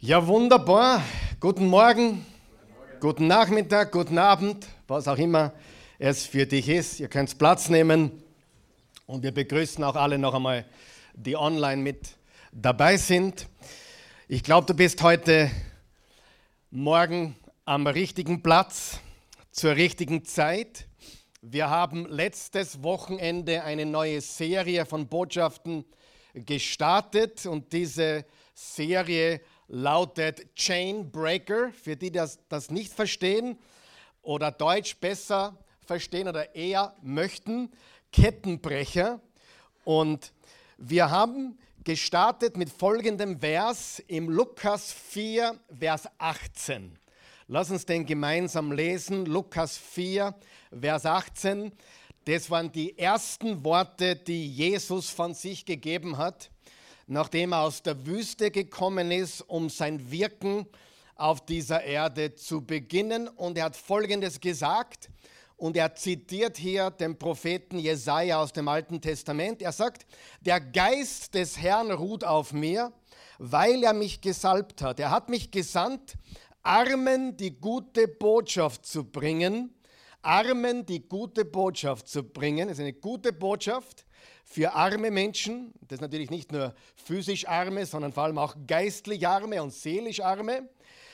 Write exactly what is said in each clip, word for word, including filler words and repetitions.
Ja, wunderbar. Guten Morgen, guten Nachmittag, guten Abend, was auch immer es für dich ist. Ihr könnt Platz nehmen und wir begrüßen auch alle noch einmal, die online mit dabei sind. Ich glaube, du bist heute Morgen am richtigen Platz, zur richtigen Zeit. Wir haben letztes Wochenende eine neue Serie von Botschaften gestartet und diese Serie lautet Chain Breaker, für die das, das nicht verstehen oder Deutsch besser verstehen oder eher möchten, Kettenbrecher. Und wir haben gestartet mit folgendem Vers im Lukas vier, Vers achtzehn. Lass uns den gemeinsam lesen, Lukas vier, Vers achtzehn. Das waren die ersten Worte, die Jesus von sich gegeben hat, nachdem er aus der Wüste gekommen ist, um sein Wirken auf dieser Erde zu beginnen. Und er hat Folgendes gesagt, und er zitiert hier den Propheten Jesaja aus dem Alten Testament. Er sagt, der Geist des Herrn ruht auf mir, weil er mich gesalbt hat. Er hat mich gesandt, Armen die gute Botschaft zu bringen, Armen die gute Botschaft zu bringen. Das ist eine gute Botschaft für arme Menschen. Das ist natürlich nicht nur physisch arme, sondern vor allem auch geistlich arme und seelisch arme.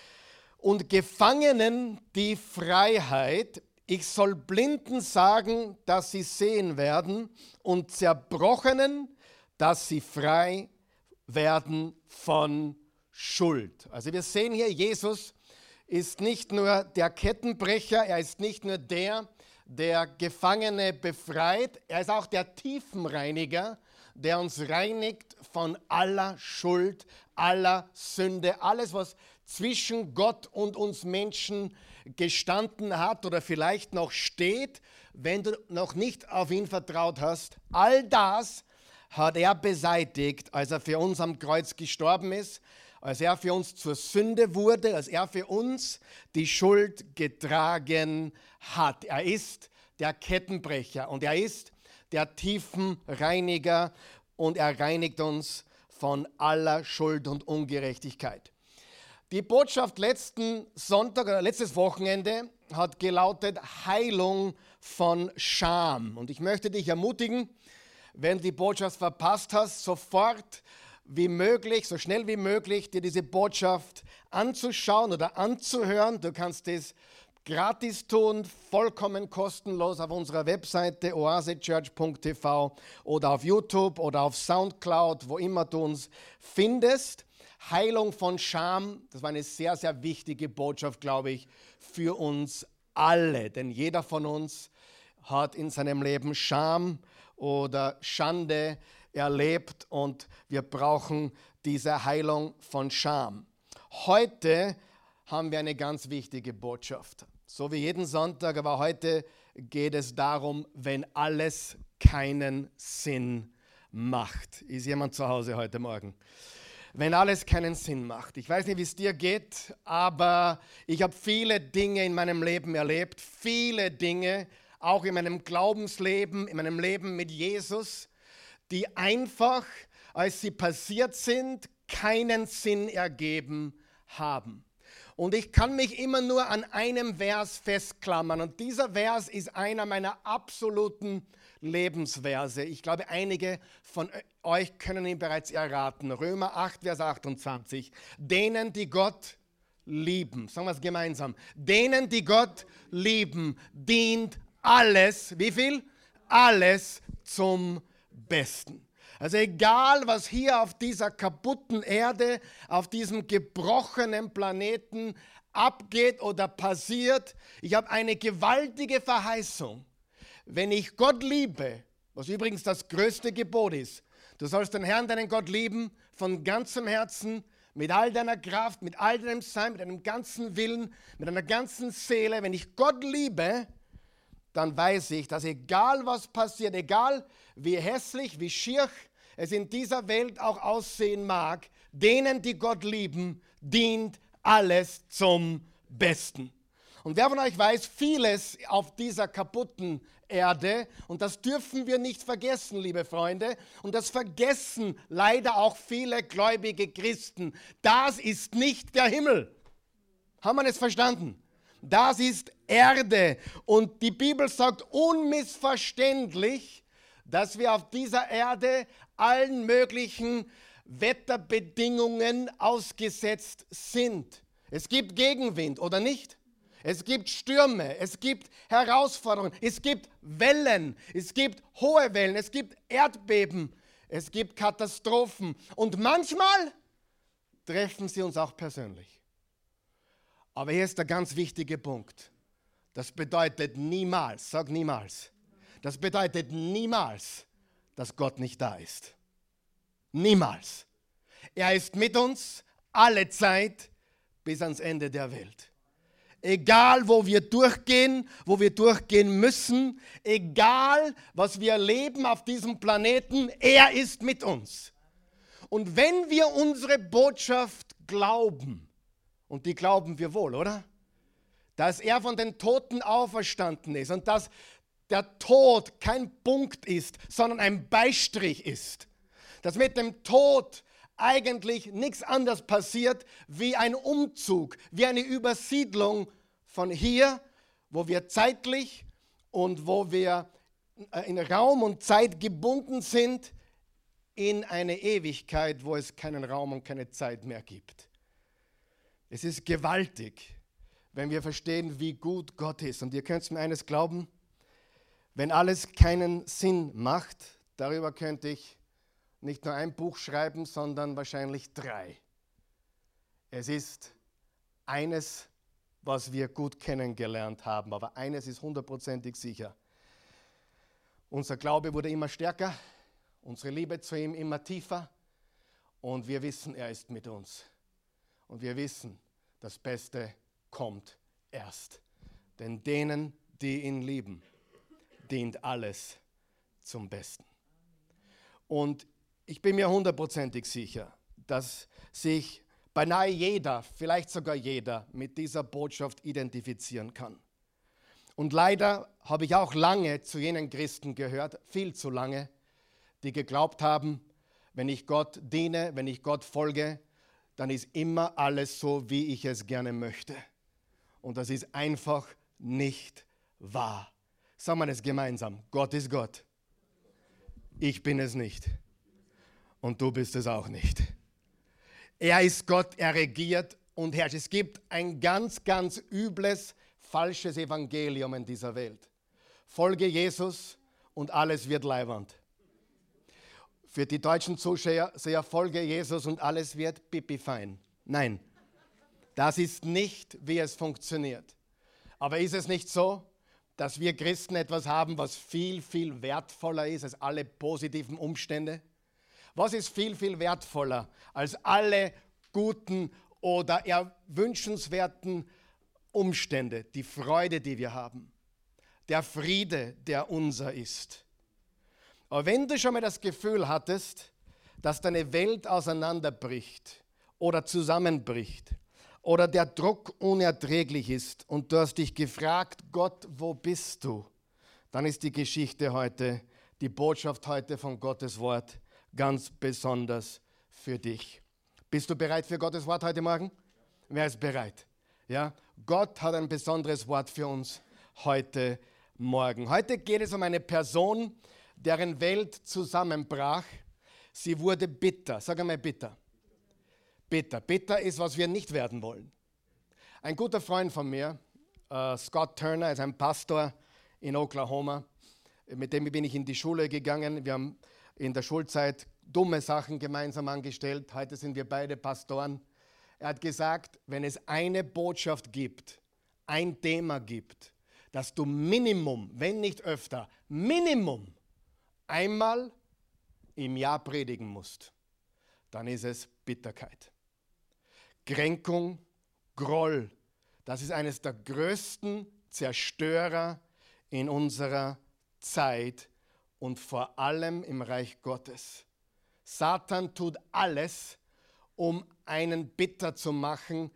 Und Gefangenen die Freiheit. Ich soll Blinden sagen, dass sie sehen werden, und Zerbrochenen, dass sie frei werden von Schuld. Also wir sehen hier, Jesus ist nicht nur der Kettenbrecher, er ist nicht nur der, der Gefangene befreit, er ist auch der Tiefenreiniger, der uns reinigt von aller Schuld, aller Sünde, alles, was zwischen Gott und uns Menschen gestanden hat oder vielleicht noch steht, wenn du noch nicht auf ihn vertraut hast. All das hat er beseitigt, als er für uns am Kreuz gestorben ist, als er für uns zur Sünde wurde, als er für uns die Schuld getragen hat. Er ist der Kettenbrecher und er ist der Tiefenreiniger und er reinigt uns von aller Schuld und Ungerechtigkeit. Die Botschaft letzten Sonntag oder letztes Wochenende hat gelautet Heilung von Scham. Und ich möchte dich ermutigen, wenn du die Botschaft verpasst hast, sofort wie möglich, so schnell wie möglich, dir diese Botschaft anzuschauen oder anzuhören. Du kannst es gratis tun, vollkommen kostenlos auf unserer Webseite oasechurch punkt t v oder auf YouTube oder auf Soundcloud, wo immer du uns findest. Heilung von Scham, das war eine sehr, sehr wichtige Botschaft, glaube ich, für uns alle. Denn jeder von uns hat in seinem Leben Scham oder Schande erlebt und wir brauchen diese Heilung von Scham. Heute haben wir eine ganz wichtige Botschaft. So wie jeden Sonntag, aber heute geht es darum, wenn alles keinen Sinn macht. Ist jemand zu Hause heute Morgen? Wenn alles keinen Sinn macht. Ich weiß nicht, wie es dir geht, aber ich habe viele Dinge in meinem Leben erlebt, viele Dinge, auch in meinem Glaubensleben, in meinem Leben mit Jesus, die einfach, als sie passiert sind, keinen Sinn ergeben haben. Und ich kann mich immer nur an einem Vers festklammern. Und dieser Vers ist einer meiner absoluten Lebensverse. Ich glaube, einige von euch können ihn bereits erraten. Römer acht, Vers achtundzwanzig. Denen, die Gott lieben, sagen wir es gemeinsam, denen, die Gott lieben, dient alles, wie viel? Alles zum Besten. Also egal, was hier auf dieser kaputten Erde, auf diesem gebrochenen Planeten abgeht oder passiert, ich habe eine gewaltige Verheißung. Wenn ich Gott liebe, was übrigens das größte Gebot ist, du sollst den Herrn, deinen Gott lieben, von ganzem Herzen, mit all deiner Kraft, mit all deinem Sein, mit deinem ganzen Willen, mit deiner ganzen Seele. Wenn ich Gott liebe, dann weiß ich, dass egal was passiert, egal wie hässlich, wie schier es in dieser Welt auch aussehen mag, denen, die Gott lieben, dient alles zum Besten. Und wer von euch weiß, vieles auf dieser kaputten Erde, und das dürfen wir nicht vergessen, liebe Freunde, und das vergessen leider auch viele gläubige Christen, das ist nicht der Himmel. Haben wir es verstanden? Das ist Erde. Und die Bibel sagt unmissverständlich, dass wir auf dieser Erde allen möglichen Wetterbedingungen ausgesetzt sind. Es gibt Gegenwind, oder nicht? Es gibt Stürme, es gibt Herausforderungen, es gibt Wellen, es gibt hohe Wellen, es gibt Erdbeben, es gibt Katastrophen. Und manchmal treffen sie uns auch persönlich. Aber hier ist der ganz wichtige Punkt. Das bedeutet niemals, sag niemals, das bedeutet niemals, dass Gott nicht da ist. Niemals. Er ist mit uns alle Zeit bis ans Ende der Welt. Egal, wo wir durchgehen, wo wir durchgehen müssen, egal, was wir erleben auf diesem Planeten, er ist mit uns. Und wenn wir unsere Botschaft glauben, und die glauben wir wohl, oder? Dass er von den Toten auferstanden ist und dass der Tod kein Punkt ist, sondern ein Beistrich ist. Dass mit dem Tod eigentlich nichts anderes passiert wie ein Umzug, wie eine Übersiedlung von hier, wo wir zeitlich und wo wir in Raum und Zeit gebunden sind, in eine Ewigkeit, wo es keinen Raum und keine Zeit mehr gibt. Es ist gewaltig, wenn wir verstehen, wie gut Gott ist. Und ihr könnt mir eines glauben, wenn alles keinen Sinn macht, darüber könnte ich nicht nur ein Buch schreiben, sondern wahrscheinlich drei. Es ist eines, was wir gut kennengelernt haben, aber eines ist hundertprozentig sicher. Unser Glaube wurde immer stärker, unsere Liebe zu ihm immer tiefer und wir wissen, er ist mit uns. Und wir wissen, das Beste kommt erst. Denn denen, die ihn lieben, dient alles zum Besten. Und ich bin mir hundertprozentig sicher, dass sich beinahe jeder, vielleicht sogar jeder, mit dieser Botschaft identifizieren kann. Und leider habe ich auch lange zu jenen Christen gehört, viel zu lange, die geglaubt haben, wenn ich Gott diene, wenn ich Gott folge, dann ist immer alles so, wie ich es gerne möchte. Und das ist einfach nicht wahr. Sagen wir es gemeinsam, Gott ist Gott. Ich bin es nicht. Und du bist es auch nicht. Er ist Gott, er regiert und herrscht. Es gibt ein ganz, ganz übles, falsches Evangelium in dieser Welt. Folge Jesus und alles wird leiwand. Für die deutschen Zuschauer, sehr folge Jesus und alles wird pipi-fein. Nein, das ist nicht, wie es funktioniert. Aber ist es nicht so, dass wir Christen etwas haben, was viel, viel wertvoller ist als alle positiven Umstände? Was ist viel, viel wertvoller als alle guten oder erwünschenswerten Umstände? Die Freude, die wir haben. Der Friede, der unser ist. Aber wenn du schon mal das Gefühl hattest, dass deine Welt auseinanderbricht oder zusammenbricht oder der Druck unerträglich ist und du hast dich gefragt, Gott, wo bist du? Dann ist die Geschichte heute, die Botschaft heute von Gottes Wort ganz besonders für dich. Bist du bereit für Gottes Wort heute Morgen? Wer ist bereit? Ja? Gott hat ein besonderes Wort für uns heute Morgen. Heute geht es um eine Person, deren Welt zusammenbrach. Sie wurde bitter. Sag einmal bitter. Bitter. Bitter ist, was wir nicht werden wollen. Ein guter Freund von mir, uh, Scott Turner, ist ein Pastor in Oklahoma. Mit dem bin ich in die Schule gegangen. Wir haben in der Schulzeit dumme Sachen gemeinsam angestellt. Heute sind wir beide Pastoren. Er hat gesagt, wenn es eine Botschaft gibt, ein Thema gibt, dass du Minimum, wenn nicht öfter, Minimum einmal im Jahr predigen musst, dann ist es Bitterkeit. Kränkung, Groll, das ist eines der größten Zerstörer in unserer Zeit und vor allem im Reich Gottes. Satan tut alles, um einen bitter zu machen,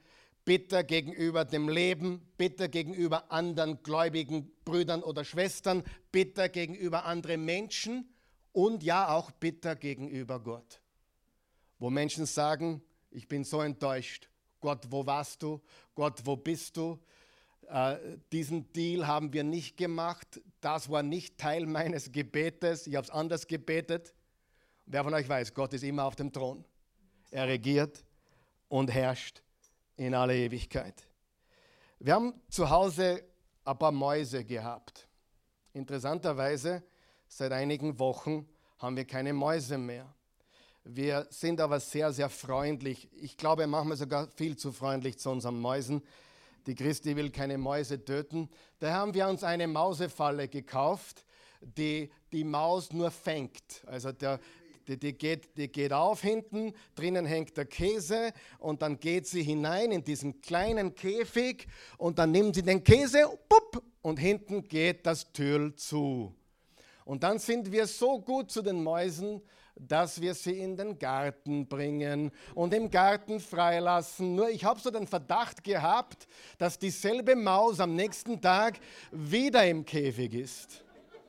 bitter gegenüber dem Leben, bitter gegenüber anderen gläubigen Brüdern oder Schwestern, bitter gegenüber anderen Menschen und ja auch bitter gegenüber Gott. Wo Menschen sagen, ich bin so enttäuscht, Gott, wo warst du? Gott, wo bist du? Äh, diesen Deal haben wir nicht gemacht, das war nicht Teil meines Gebetes, ich habe es anders gebetet. Wer von euch weiß, Gott ist immer auf dem Thron. Er regiert und herrscht in alle Ewigkeit. Wir haben zu Hause ein paar Mäuse gehabt. Interessanterweise, seit einigen Wochen haben wir keine Mäuse mehr. Wir sind aber sehr, sehr freundlich. Ich glaube, manchmal sogar viel zu freundlich zu unseren Mäusen. Die Christi will keine Mäuse töten. Daher haben wir uns eine Mausefalle gekauft, die die Maus nur fängt. Also der, die, die, geht, die geht auf hinten, drinnen hängt der Käse und dann geht sie hinein in diesen kleinen Käfig und dann nimmt sie den Käse pup, und hinten geht das Türl zu. Und dann sind wir so gut zu den Mäusen, dass wir sie in den Garten bringen und im Garten freilassen. Nur ich habe so den Verdacht gehabt, dass dieselbe Maus am nächsten Tag wieder im Käfig ist.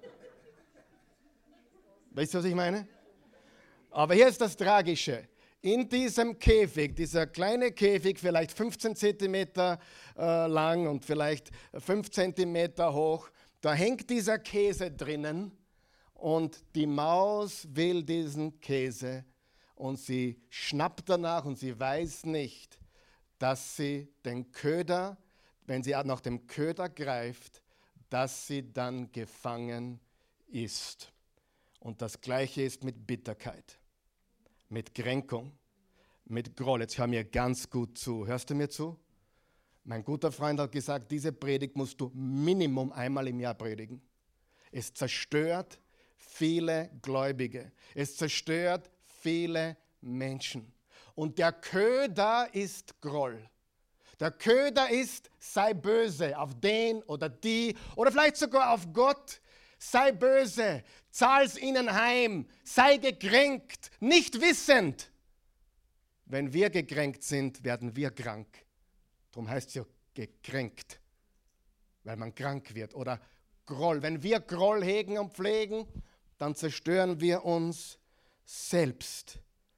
Weißt du, was ich meine? Aber hier ist das Tragische. In diesem Käfig, dieser kleine Käfig, vielleicht fünfzehn Zentimeter äh, lang und vielleicht fünf Zentimeter hoch, da hängt dieser Käse drinnen. Und die Maus will diesen Käse und sie schnappt danach und sie weiß nicht, dass sie den Köder, wenn sie nach dem Köder greift, dass sie dann gefangen ist. Und das Gleiche ist mit Bitterkeit, mit Kränkung, mit Groll. Jetzt hör mir ganz gut zu. Hörst du mir zu? Mein guter Freund hat gesagt, diese Predigt musst du Minimum einmal im Jahr predigen. Es zerstört viele Gläubige. Es zerstört viele Menschen. Und der Köder ist Groll. Der Köder ist, sei böse auf den oder die oder vielleicht sogar auf Gott. Sei böse, zahl's ihnen heim, sei gekränkt, nicht wissend. Wenn wir gekränkt sind, werden wir krank. Darum heißt es ja gekränkt, weil man krank wird. Oder Groll. Wenn wir Groll hegen und pflegen, dann zerstören wir uns selbst.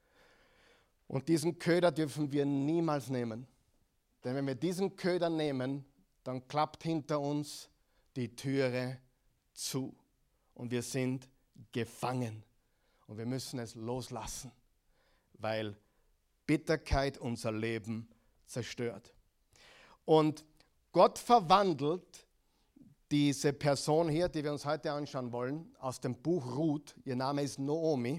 Und diesen Köder dürfen wir niemals nehmen. Denn wenn wir diesen Köder nehmen, dann klappt hinter uns die Türe zu. Und wir sind gefangen. Und wir müssen es loslassen, weil Bitterkeit unser Leben zerstört. Und Gott verwandelt diese Person hier, die wir uns heute anschauen wollen, aus dem Buch Ruth, ihr Name ist Naomi,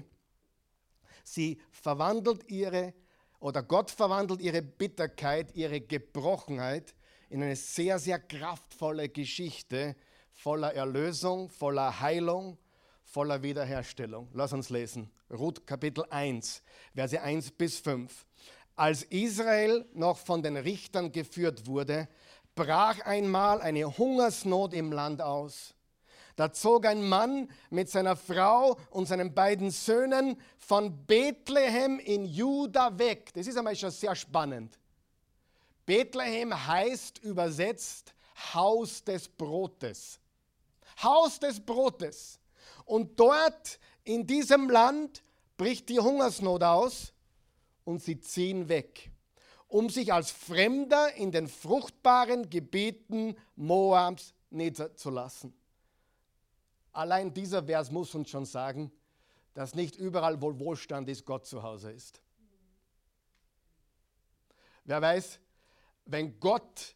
sie verwandelt ihre, oder Gott verwandelt ihre Bitterkeit, ihre Gebrochenheit in eine sehr, sehr kraftvolle Geschichte, voller Erlösung, voller Heilung, voller Wiederherstellung. Lass uns lesen. Ruth Kapitel eins, Verse eins bis fünf. Als Israel noch von den Richtern geführt wurde, brach einmal eine Hungersnot im Land aus. Da zog ein Mann mit seiner Frau und seinen beiden Söhnen von Bethlehem in Juda weg. Das ist einmal schon sehr spannend. Bethlehem heißt übersetzt Haus des Brotes. Haus des Brotes. Und dort in diesem Land bricht die Hungersnot aus und sie ziehen weg, um sich als Fremder in den fruchtbaren Gebieten Moabs niederzulassen. Allein dieser Vers muss uns schon sagen, dass nicht überall, wo Wohlstand ist, Gott zu Hause ist. Wer weiß, wenn Gott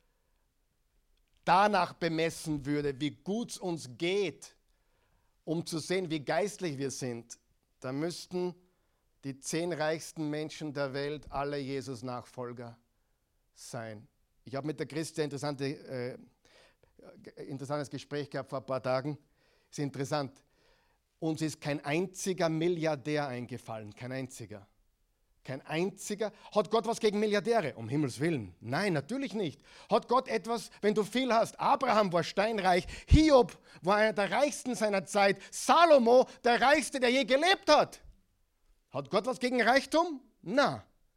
danach bemessen würde, wie gut es uns geht, um zu sehen, wie geistlich wir sind, dann müssten die zehn reichsten Menschen der Welt alle Jesus-Nachfolger sein. Ich habe mit der Christi ein interessante, äh, interessantes Gespräch gehabt vor ein paar Tagen. Ist interessant. Uns ist kein einziger Milliardär eingefallen, kein einziger. Kein einziger. Hat Gott was gegen Milliardäre? Um Himmels Willen. Nein, natürlich nicht. Hat Gott etwas, wenn du viel hast? Abraham war steinreich, Hiob war einer der reichsten seiner Zeit, Salomo der reichste, der je gelebt hat. Hat Gott was gegen Reichtum? Na.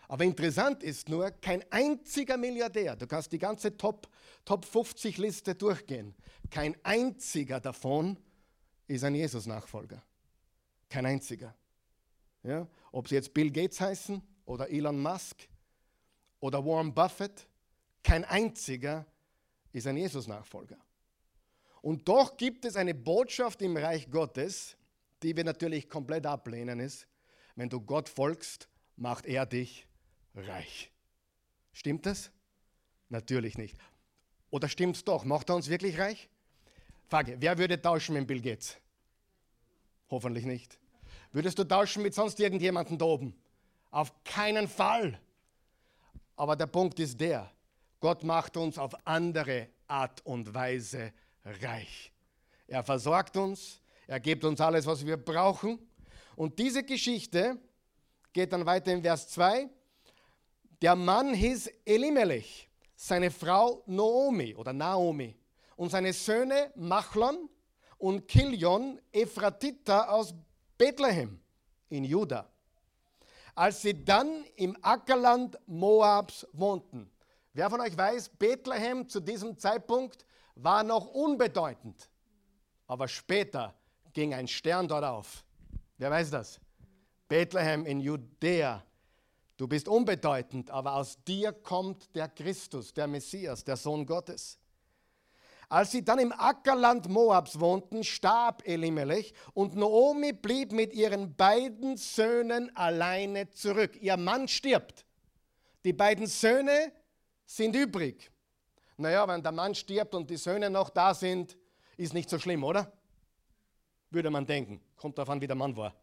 Aber interessant ist nur, kein einziger Milliardär, du kannst die ganze Top, Top fünfzig Liste durchgehen, kein einziger davon ist ein Jesus-Nachfolger. Kein einziger. Ja? Ob sie jetzt Bill Gates heißen oder Elon Musk oder Warren Buffett, kein einziger ist ein Jesus-Nachfolger. Und doch gibt es eine Botschaft im Reich Gottes, die wir natürlich komplett ablehnen, ist, wenn du Gott folgst, macht er dich reich. Stimmt das? Natürlich nicht. Oder stimmt es doch? Macht er uns wirklich reich? Frage, wer würde tauschen mit Bill Gates? Hoffentlich nicht. Würdest du tauschen mit sonst irgendjemandem da oben? Auf keinen Fall. Aber der Punkt ist der, Gott macht uns auf andere Art und Weise reich. Er versorgt uns, er gibt uns alles, was wir brauchen. Und diese Geschichte geht dann weiter in Vers zwei. Der Mann hieß Elimelech, seine Frau Naomi oder Naomi und seine Söhne Machlon und Kilion, Ephratiter aus Bethlehem in Juda. Als sie dann im Ackerland Moabs wohnten. Wer von euch weiß, Bethlehem zu diesem Zeitpunkt war noch unbedeutend. Aber später ging ein Stern dort auf. Wer weiß das? Bethlehem in Judäa. Du bist unbedeutend, aber aus dir kommt der Christus, der Messias, der Sohn Gottes. Als sie dann im Ackerland Moabs wohnten, starb Elimelech und Naomi blieb mit ihren beiden Söhnen alleine zurück. Ihr Mann stirbt. Die beiden Söhne sind übrig. Naja, wenn der Mann stirbt und die Söhne noch da sind, ist nicht so schlimm, oder? Würde man denken. Kommt darauf an, wie der Mann war.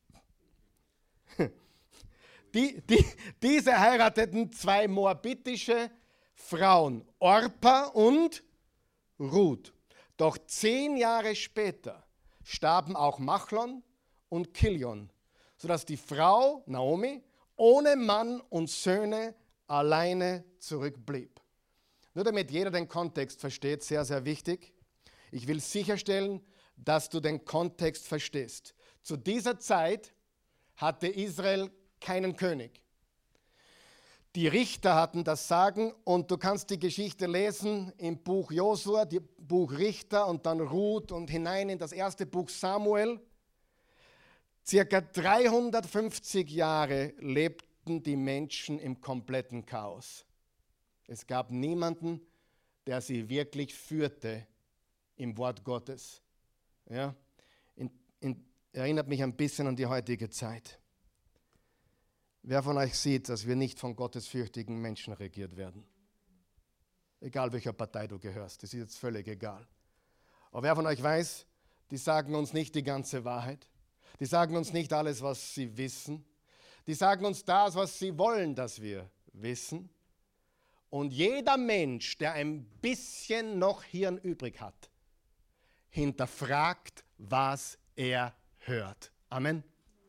Die, die, diese heirateten zwei moabitische Frauen, Orpa und Ruth. Doch zehn Jahre später starben auch Machlon und Kilion, sodass die Frau Naomi ohne Mann und Söhne alleine zurückblieb. Nur damit jeder den Kontext versteht, sehr, sehr wichtig. Ich will sicherstellen, dass du den Kontext verstehst. Zu dieser Zeit hatte Israel keinen König. Die Richter hatten das Sagen und du kannst die Geschichte lesen im Buch Josua, im Buch Richter und dann Ruth und hinein in das erste Buch Samuel. Circa dreihundertfünfzig Jahre lebten die Menschen im kompletten Chaos. Es gab niemanden, der sie wirklich führte im Wort Gottes. Ja, in, in, erinnert mich ein bisschen an die heutige Zeit. Wer von euch sieht, dass wir nicht von gottesfürchtigen Menschen regiert werden? Egal welcher Partei du gehörst, das ist jetzt völlig egal. Aber wer von euch weiß, die sagen uns nicht die ganze Wahrheit. Die sagen uns nicht alles, was sie wissen. Die sagen uns das, was sie wollen, dass wir wissen. Und jeder Mensch, der ein bisschen noch Hirn übrig hat, hinterfragt, was er hört. Amen.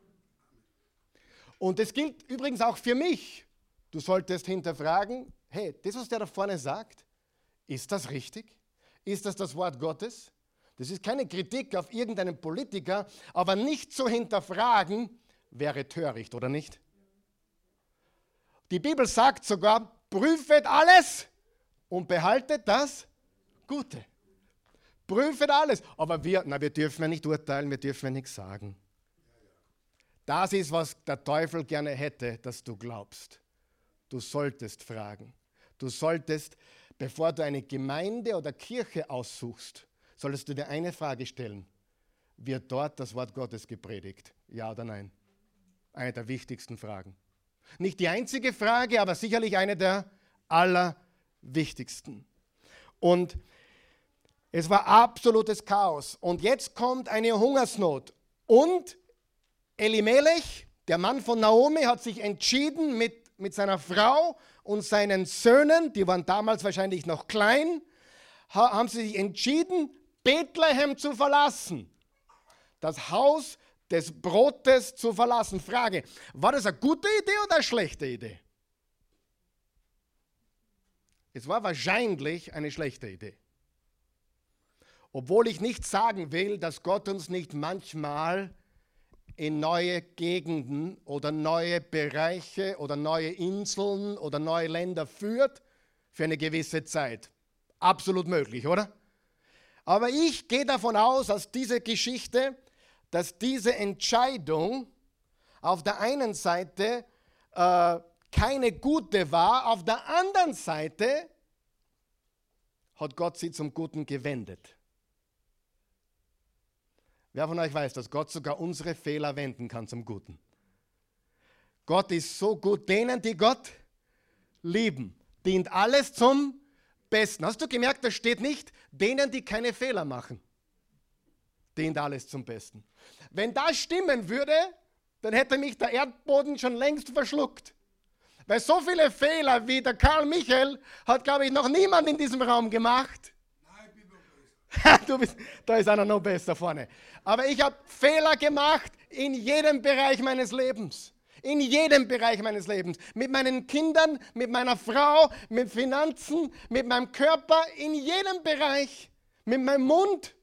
Und das gilt übrigens auch für mich. Du solltest hinterfragen, hey, das, was der da vorne sagt, ist das richtig? Ist das das Wort Gottes? Das ist keine Kritik auf irgendeinen Politiker, aber nicht zu hinterfragen, wäre töricht, oder nicht? Die Bibel sagt sogar, prüfet alles und behaltet das Gute. Prüfet alles. Aber wir, na, wir dürfen ja nicht urteilen, wir dürfen ja nichts sagen. Das ist, was der Teufel gerne hätte, dass du glaubst. Du solltest fragen. Du solltest, bevor du eine Gemeinde oder Kirche aussuchst, solltest du dir eine Frage stellen. Wird dort das Wort Gottes gepredigt? Ja oder nein? Eine der wichtigsten Fragen. Nicht die einzige Frage, aber sicherlich eine der allerwichtigsten. Und es war absolutes Chaos. Und jetzt kommt eine Hungersnot. Und Elimelech, der Mann von Naomi, hat sich entschieden mit, mit seiner Frau und seinen Söhnen, die waren damals wahrscheinlich noch klein, ha, haben sie sich entschieden, Bethlehem zu verlassen. Das Haus des Brotes zu verlassen. Frage, war das eine gute Idee oder eine schlechte Idee? Es war wahrscheinlich eine schlechte Idee. Obwohl ich nicht sagen will, dass Gott uns nicht manchmal in neue Gegenden oder neue Bereiche oder neue Inseln oder neue Länder führt für eine gewisse Zeit. Absolut möglich, oder? Aber ich gehe davon aus, aus dieser Geschichte, dass diese Entscheidung auf der einen Seite äh, keine gute war, auf der anderen Seite hat Gott sie zum Guten gewendet. Wer von euch weiß, dass Gott sogar unsere Fehler wenden kann zum Guten? Gott ist so gut, denen, die Gott lieben, dient alles zum Besten. Hast du gemerkt, da steht nicht, denen, die keine Fehler machen, dient alles zum Besten. Wenn das stimmen würde, dann hätte mich der Erdboden schon längst verschluckt. Weil so viele Fehler wie der Karl Michael hat, glaube ich, noch niemand in diesem Raum gemacht. Nein, ich bin noch besser. Du bist, da ist einer noch besser vorne. Aber ich habe Fehler gemacht in jedem Bereich meines Lebens. In jedem Bereich meines Lebens. Mit meinen Kindern, mit meiner Frau, mit Finanzen, mit meinem Körper, in jedem Bereich. Mit meinem Mund.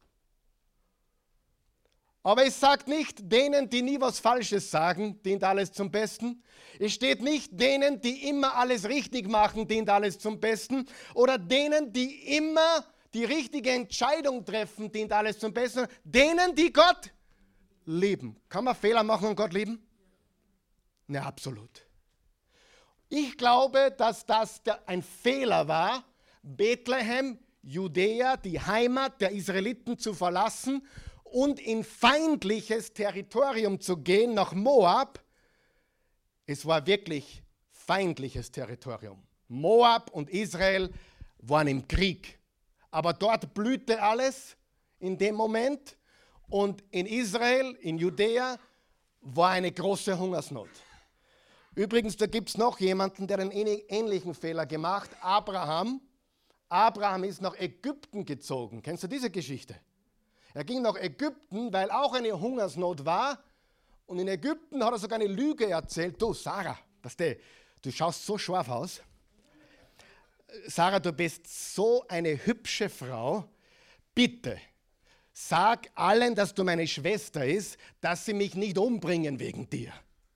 Aber es sagt nicht, denen, die nie was Falsches sagen, dient alles zum Besten. Es steht nicht, denen, die immer alles richtig machen, dient alles zum Besten. Oder denen, die immer die richtige Entscheidung treffen, dient alles zum Besten. Denen, die Gott lieben. Kann man Fehler machen und Gott lieben? Ja, absolut. Ich glaube, dass das ein Fehler war, Bethlehem, Judäa, die Heimat der Israeliten zu verlassen und in feindliches Territorium zu gehen, nach Moab. Es war wirklich feindliches Territorium. Moab und Israel waren im Krieg. Aber dort blühte alles in dem Moment. Und in Israel, in Judäa, war eine große Hungersnot. Übrigens, da gibt es noch jemanden, der einen ähnlichen Fehler gemacht hat. Abraham. Abraham ist nach Ägypten gezogen. Kennst du diese Geschichte? Er ging nach Ägypten, weil auch eine Hungersnot war. Und in Ägypten hat er sogar eine Lüge erzählt. Du, Sarah, weißt du, du schaust so scharf aus. Sarah, du bist so eine hübsche Frau. Bitte, sag allen, dass du meine Schwester ist, dass sie mich nicht umbringen wegen dir.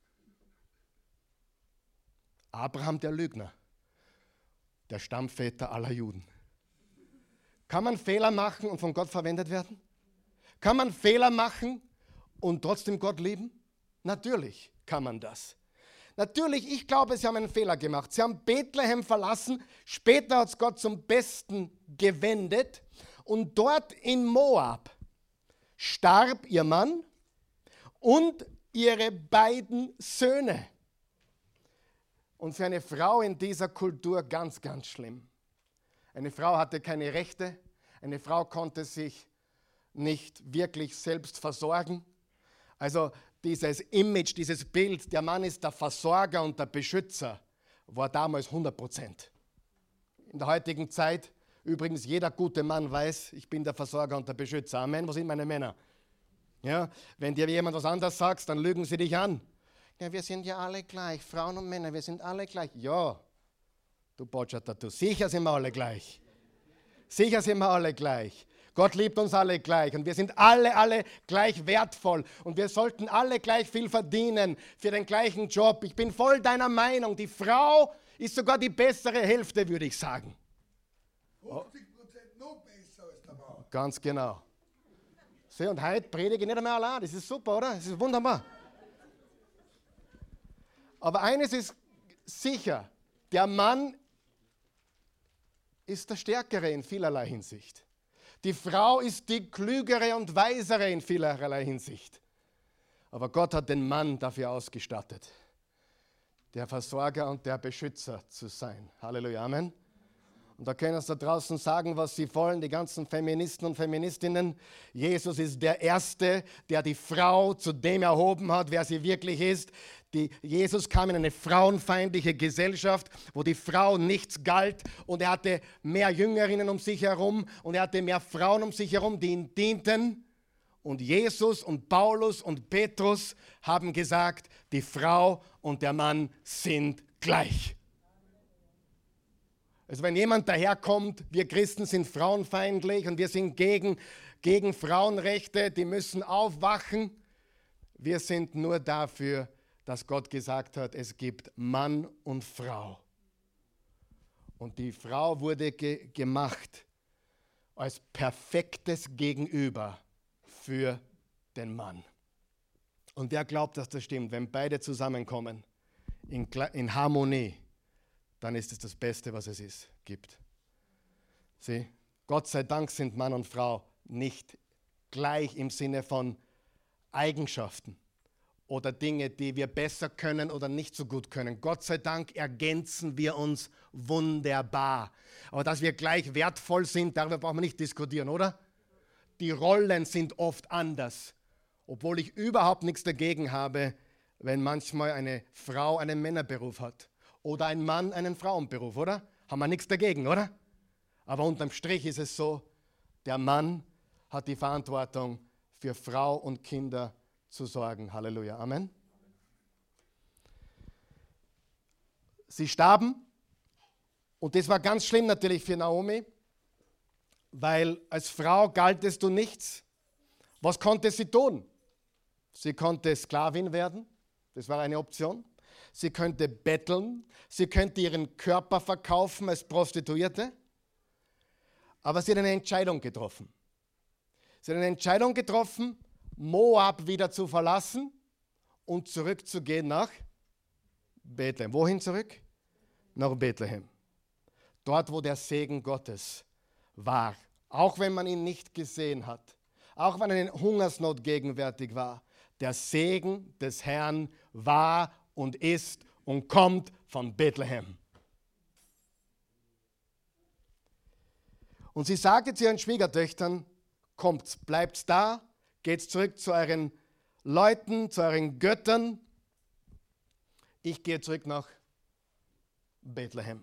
Abraham, der Lügner, der Stammväter aller Juden. Kann man Fehler machen und von Gott verwendet werden? Kann man Fehler machen und trotzdem Gott lieben? Natürlich kann man das. Natürlich, ich glaube, sie haben einen Fehler gemacht. Sie haben Bethlehem verlassen, später hat es Gott zum Besten gewendet und dort in Moab starb ihr Mann und ihre beiden Söhne. Und für eine Frau in dieser Kultur ganz, ganz schlimm. Eine Frau hatte keine Rechte, eine Frau konnte sich nicht wirklich selbst versorgen. Also dieses Image, dieses Bild, der Mann ist der Versorger und der Beschützer, war damals hundert Prozent. In der heutigen Zeit, übrigens jeder gute Mann weiß, ich bin der Versorger und der Beschützer. Amen, wo sind meine Männer? Ja, wenn dir jemand was anderes sagt, dann lügen sie dich an. Ja, wir sind ja alle gleich, Frauen und Männer, wir sind alle gleich. Ja, du Botschafter, du, sicher sind wir alle gleich. Sicher sind wir alle gleich. Gott liebt uns alle gleich und wir sind alle, alle gleich wertvoll und wir sollten alle gleich viel verdienen für den gleichen Job. Ich bin voll deiner Meinung, die Frau ist sogar die bessere Hälfte, würde ich sagen. fünfzig Prozent noch besser als der Mann. Ganz genau. So, und heute predige ich nicht einmal allein, das ist super, oder? Das ist wunderbar. Aber eines ist sicher, der Mann ist der Stärkere in vielerlei Hinsicht. Die Frau ist die Klügere und Weisere in vielerlei Hinsicht. Aber Gott hat den Mann dafür ausgestattet, der Versorger und der Beschützer zu sein. Halleluja, Amen. Und da können Sie da draußen sagen, was Sie wollen, die ganzen Feministen und Feministinnen. Jesus ist der Erste, der die Frau zu dem erhoben hat, wer sie wirklich ist. Die, Jesus kam in eine frauenfeindliche Gesellschaft, wo die Frau nichts galt. Und er hatte mehr Jüngerinnen um sich herum und er hatte mehr Frauen um sich herum, die ihm dienten. Und Jesus und Paulus und Petrus haben gesagt, die Frau und der Mann sind gleich. Also wenn jemand daherkommt, wir Christen sind frauenfeindlich und wir sind gegen, gegen Frauenrechte, die müssen aufwachen. Wir sind nur dafür, dass Gott gesagt hat, es gibt Mann und Frau. Und die Frau wurde ge- gemacht als perfektes Gegenüber für den Mann. Und wer glaubt, dass das stimmt? Wenn beide zusammenkommen in, in Harmonie, dann ist es das Beste, was es ist, gibt. Sieh, Gott sei Dank sind Mann und Frau nicht gleich im Sinne von Eigenschaften oder Dinge, die wir besser können oder nicht so gut können. Gott sei Dank ergänzen wir uns wunderbar. Aber dass wir gleich wertvoll sind, darüber brauchen wir nicht diskutieren, oder? Die Rollen sind oft anders, obwohl ich überhaupt nichts dagegen habe, wenn manchmal eine Frau einen Männerberuf hat oder ein Mann einen Frauenberuf, oder? Haben wir nichts dagegen, oder? Aber unterm Strich ist es so, der Mann hat die Verantwortung für Frau und Kinder zu sorgen. Halleluja, Amen. Sie starben und das war ganz schlimm natürlich für Naomi, weil als Frau galtest du nichts. Was konnte sie tun? Sie konnte Sklavin werden, das war eine Option. Sie könnte betteln, sie könnte ihren Körper verkaufen als Prostituierte. Aber sie hat eine Entscheidung getroffen. Sie hat eine Entscheidung getroffen, Moab wieder zu verlassen und zurückzugehen nach Bethlehem. Wohin zurück? Nach Bethlehem. Dort, wo der Segen Gottes war. Auch wenn man ihn nicht gesehen hat. Auch wenn eine Hungersnot gegenwärtig war. Der Segen des Herrn war und ist und kommt von Bethlehem. Und sie sagte zu ihren Schwiegertöchtern, kommt, bleibt da, geht zurück zu euren Leuten, zu euren Göttern. Ich gehe zurück nach Bethlehem.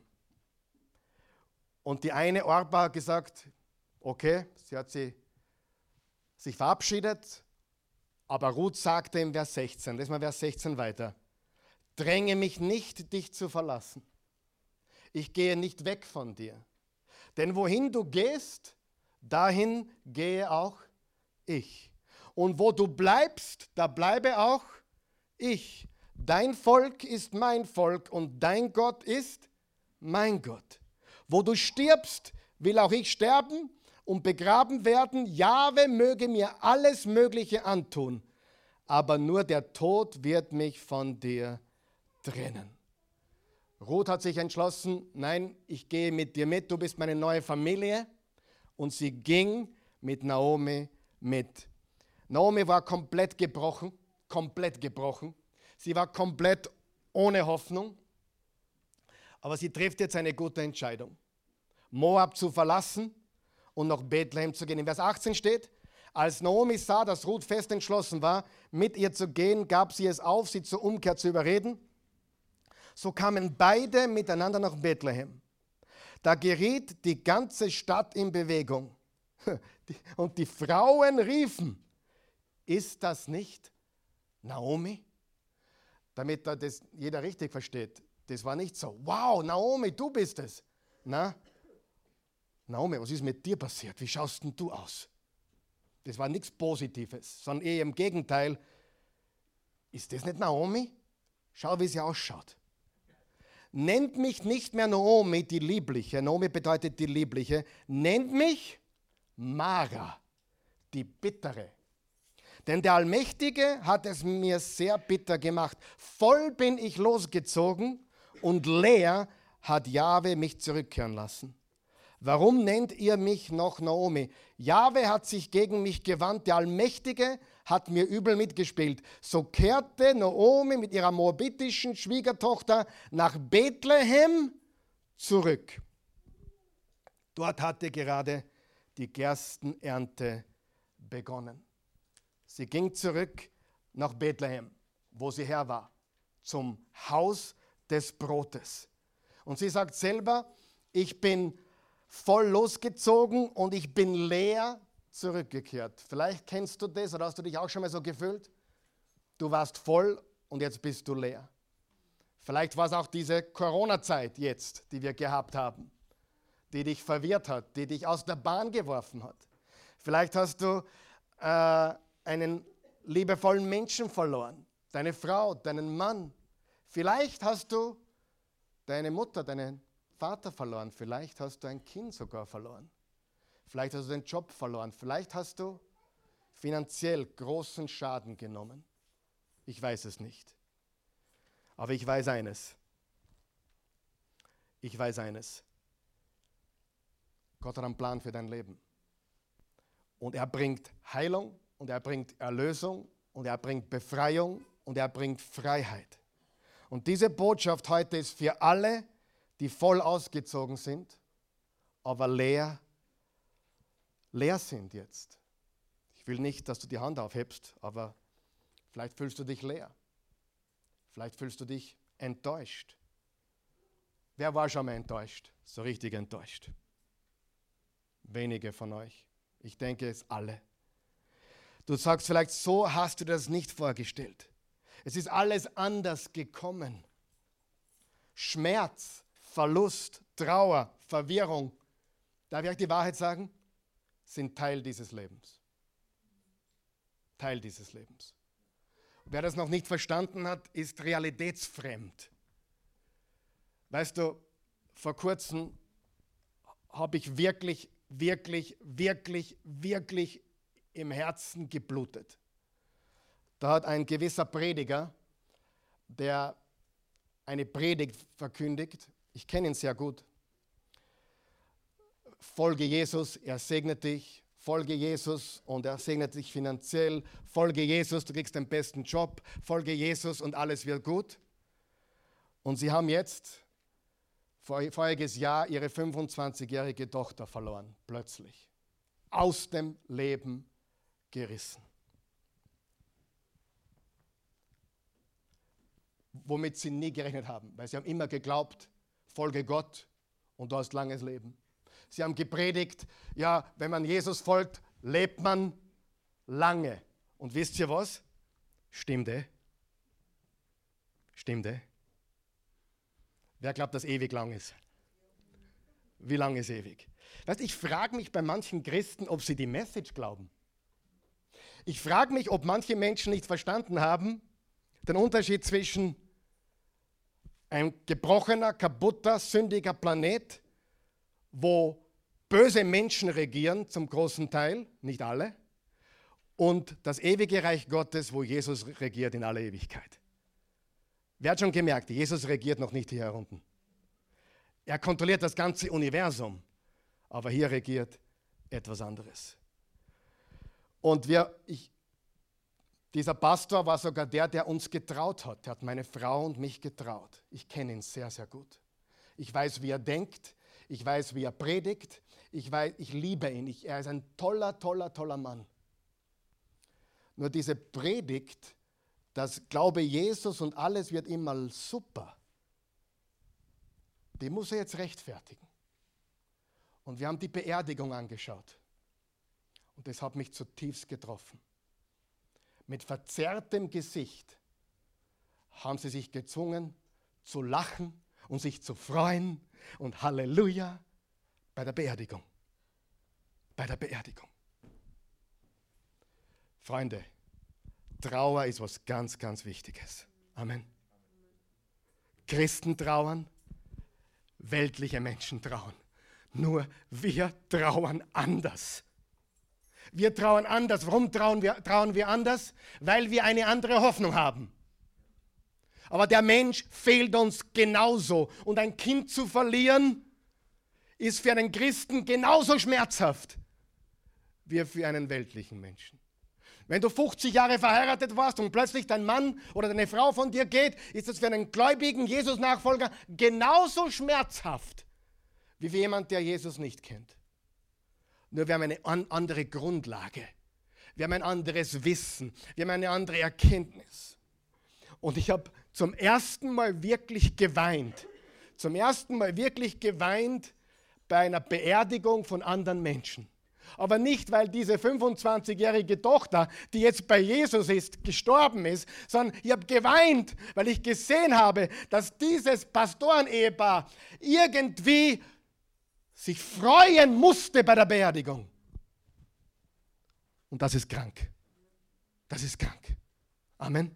Und die eine Orpa hat gesagt, okay, sie hat sie, sich verabschiedet, aber Ruth sagte im Vers sechzehn, lesen wir Vers sechzehn weiter, dränge mich nicht, dich zu verlassen. Ich gehe nicht weg von dir. Denn wohin du gehst, dahin gehe auch ich. Und wo du bleibst, da bleibe auch ich. Dein Volk ist mein Volk und dein Gott ist mein Gott. Wo du stirbst, will auch ich sterben und begraben werden. Jahwe möge mir alles Mögliche antun, aber nur der Tod wird mich von dir trennen. Ruth hat sich entschlossen, nein, ich gehe mit dir mit, du bist meine neue Familie. Und sie ging mit Naomi mit. Naomi war komplett gebrochen, komplett gebrochen. Sie war komplett ohne Hoffnung. Aber sie trifft jetzt eine gute Entscheidung. Moab zu verlassen und nach Bethlehem zu gehen. In Vers achtzehn steht, als Naomi sah, dass Ruth fest entschlossen war, mit ihr zu gehen, gab sie es auf, sie zur Umkehr zu überreden. So kamen beide miteinander nach Bethlehem. Da geriet die ganze Stadt in Bewegung. Und die Frauen riefen, ist das nicht Naomi? Damit das jeder richtig versteht. Das war nicht so, wow, Naomi, du bist es. Na, Naomi, was ist mit dir passiert? Wie schaust denn du aus? Das war nichts Positives, sondern eher im Gegenteil. Ist das nicht Naomi? Schau, wie sie ausschaut. Nennt mich nicht mehr Naomi, die Liebliche. Naomi bedeutet die Liebliche. Nennt mich Mara, die Bittere. Denn der Allmächtige hat es mir sehr bitter gemacht. Voll bin ich losgezogen und leer hat Jahwe mich zurückkehren lassen. Warum nennt ihr mich noch Naomi? Jahwe hat sich gegen mich gewandt, der Allmächtige hat mir übel mitgespielt. So kehrte Naomi mit ihrer moabitischen Schwiegertochter nach Bethlehem zurück. Dort hatte gerade die Gerstenernte begonnen. Sie ging zurück nach Bethlehem, wo sie her war, zum Haus des Brotes. Und sie sagt selber, ich bin voll losgezogen und ich bin leer zurückgekehrt. Vielleicht kennst du das oder hast du dich auch schon mal so gefühlt? Du warst voll und jetzt bist du leer. Vielleicht war es auch diese Corona-Zeit jetzt, die wir gehabt haben, die dich verwirrt hat, die dich aus der Bahn geworfen hat. Vielleicht hast du äh, einen liebevollen Menschen verloren. Deine Frau, deinen Mann. Vielleicht hast du deine Mutter, deinen Vater verloren. Vielleicht hast du ein Kind sogar verloren. Vielleicht hast du den Job verloren. Vielleicht hast du finanziell großen Schaden genommen. Ich weiß es nicht. Aber ich weiß eines. Ich weiß eines. Gott hat einen Plan für dein Leben. Und er bringt Heilung und er bringt Erlösung und er bringt Befreiung und er bringt Freiheit. Und diese Botschaft heute ist für alle, die voll ausgezogen sind, aber leer, leer sind jetzt. Ich will nicht, dass du die Hand aufhebst, aber vielleicht fühlst du dich leer. Vielleicht fühlst du dich enttäuscht. Wer war schon mal enttäuscht? So richtig enttäuscht. Wenige von euch. Ich denke es alle. Du sagst vielleicht, so hast du das nicht vorgestellt. Es ist alles anders gekommen. Schmerz, Verlust, Trauer, Verwirrung, darf ich euch die Wahrheit sagen, sind Teil dieses Lebens. Teil dieses Lebens. Wer das noch nicht verstanden hat, ist realitätsfremd. Weißt du, vor kurzem habe ich wirklich, wirklich, wirklich, wirklich im Herzen geblutet. Da hat ein gewisser Prediger, der eine Predigt verkündigt, ich kenne ihn sehr gut, folge Jesus, er segnet dich, folge Jesus und er segnet dich finanziell, folge Jesus, du kriegst den besten Job, folge Jesus und alles wird gut. Und sie haben jetzt vor, voriges Jahr ihre fünfundzwanzigjährige Tochter verloren, plötzlich. Aus dem Leben gerissen. Womit sie nie gerechnet haben, weil sie haben immer geglaubt, folge Gott und du hast langes Leben. Sie haben gepredigt, ja, wenn man Jesus folgt, lebt man lange. Und wisst ihr was? Stimmt, eh? Stimmt, eh? Wer glaubt, dass ewig lang ist? Wie lang ist ewig? Weißt, ich frage mich bei manchen Christen, ob sie die Message glauben. Ich frage mich, ob manche Menschen nicht verstanden haben, den Unterschied zwischen ein gebrochener, kaputter, sündiger Planet, wo böse Menschen regieren, zum großen Teil, nicht alle, und das ewige Reich Gottes, wo Jesus regiert in aller Ewigkeit. Wer hat schon gemerkt, Jesus regiert noch nicht hier unten. Er kontrolliert das ganze Universum, aber hier regiert etwas anderes. Und wir, ich, dieser Pastor war sogar der, der uns getraut hat. Der hat meine Frau und mich getraut. Ich kenne ihn sehr, sehr gut. Ich weiß, wie er denkt. Ich weiß, wie er predigt. Ich weiß, ich liebe ihn. Ich, er ist ein toller, toller, toller Mann. Nur diese Predigt, das Glaube Jesus und alles wird immer super, die muss er jetzt rechtfertigen. Und wir haben die Beerdigung angeschaut. Und das hat mich zutiefst getroffen. Mit verzerrtem Gesicht haben sie sich gezwungen zu lachen und sich zu freuen und Halleluja bei der Beerdigung. Bei der Beerdigung. Freunde, Trauer ist was ganz, ganz Wichtiges. Amen. Christen trauern, weltliche Menschen trauern. Nur wir trauern anders. Wir trauern anders. Warum trauern wir, trauern wir anders? Weil wir eine andere Hoffnung haben. Aber der Mensch fehlt uns genauso. Und ein Kind zu verlieren, ist für einen Christen genauso schmerzhaft wie für einen weltlichen Menschen. Wenn du fünfzig Jahre verheiratet warst und plötzlich dein Mann oder deine Frau von dir geht, ist das für einen gläubigen Jesus-Nachfolger genauso schmerzhaft wie für jemand, der Jesus nicht kennt. Nur wir haben eine an andere Grundlage. Wir haben ein anderes Wissen. Wir haben eine andere Erkenntnis. Und ich habe zum ersten Mal wirklich geweint. Zum ersten Mal wirklich geweint bei einer Beerdigung von anderen Menschen. Aber nicht, weil diese fünfundzwanzigjährige Tochter, die jetzt bei Jesus ist, gestorben ist, sondern ich habe geweint, weil ich gesehen habe, dass dieses Pastorenehepaar irgendwie sich freuen musste bei der Beerdigung. Und das ist krank. Das ist krank. Amen.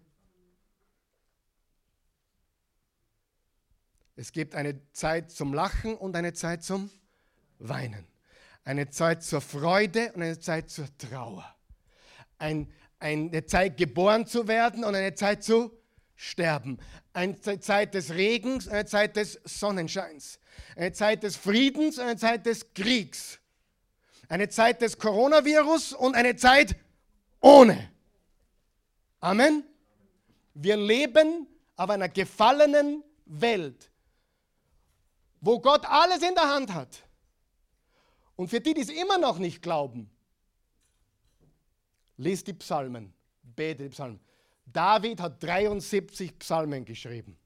Es gibt eine Zeit zum Lachen und eine Zeit zum Weinen. Eine Zeit zur Freude und eine Zeit zur Trauer. Ein, eine Zeit geboren zu werden und eine Zeit zu sterben. Eine Zeit des Regens und eine Zeit des Sonnenscheins. Eine Zeit des Friedens und eine Zeit des Kriegs. Eine Zeit des Coronavirus und eine Zeit ohne. Amen. Wir leben auf einer gefallenen Welt, wo Gott alles in der Hand hat. Und für die, die es immer noch nicht glauben, liest die Psalmen, bete die Psalmen. David hat dreiundsiebzig Psalmen geschrieben.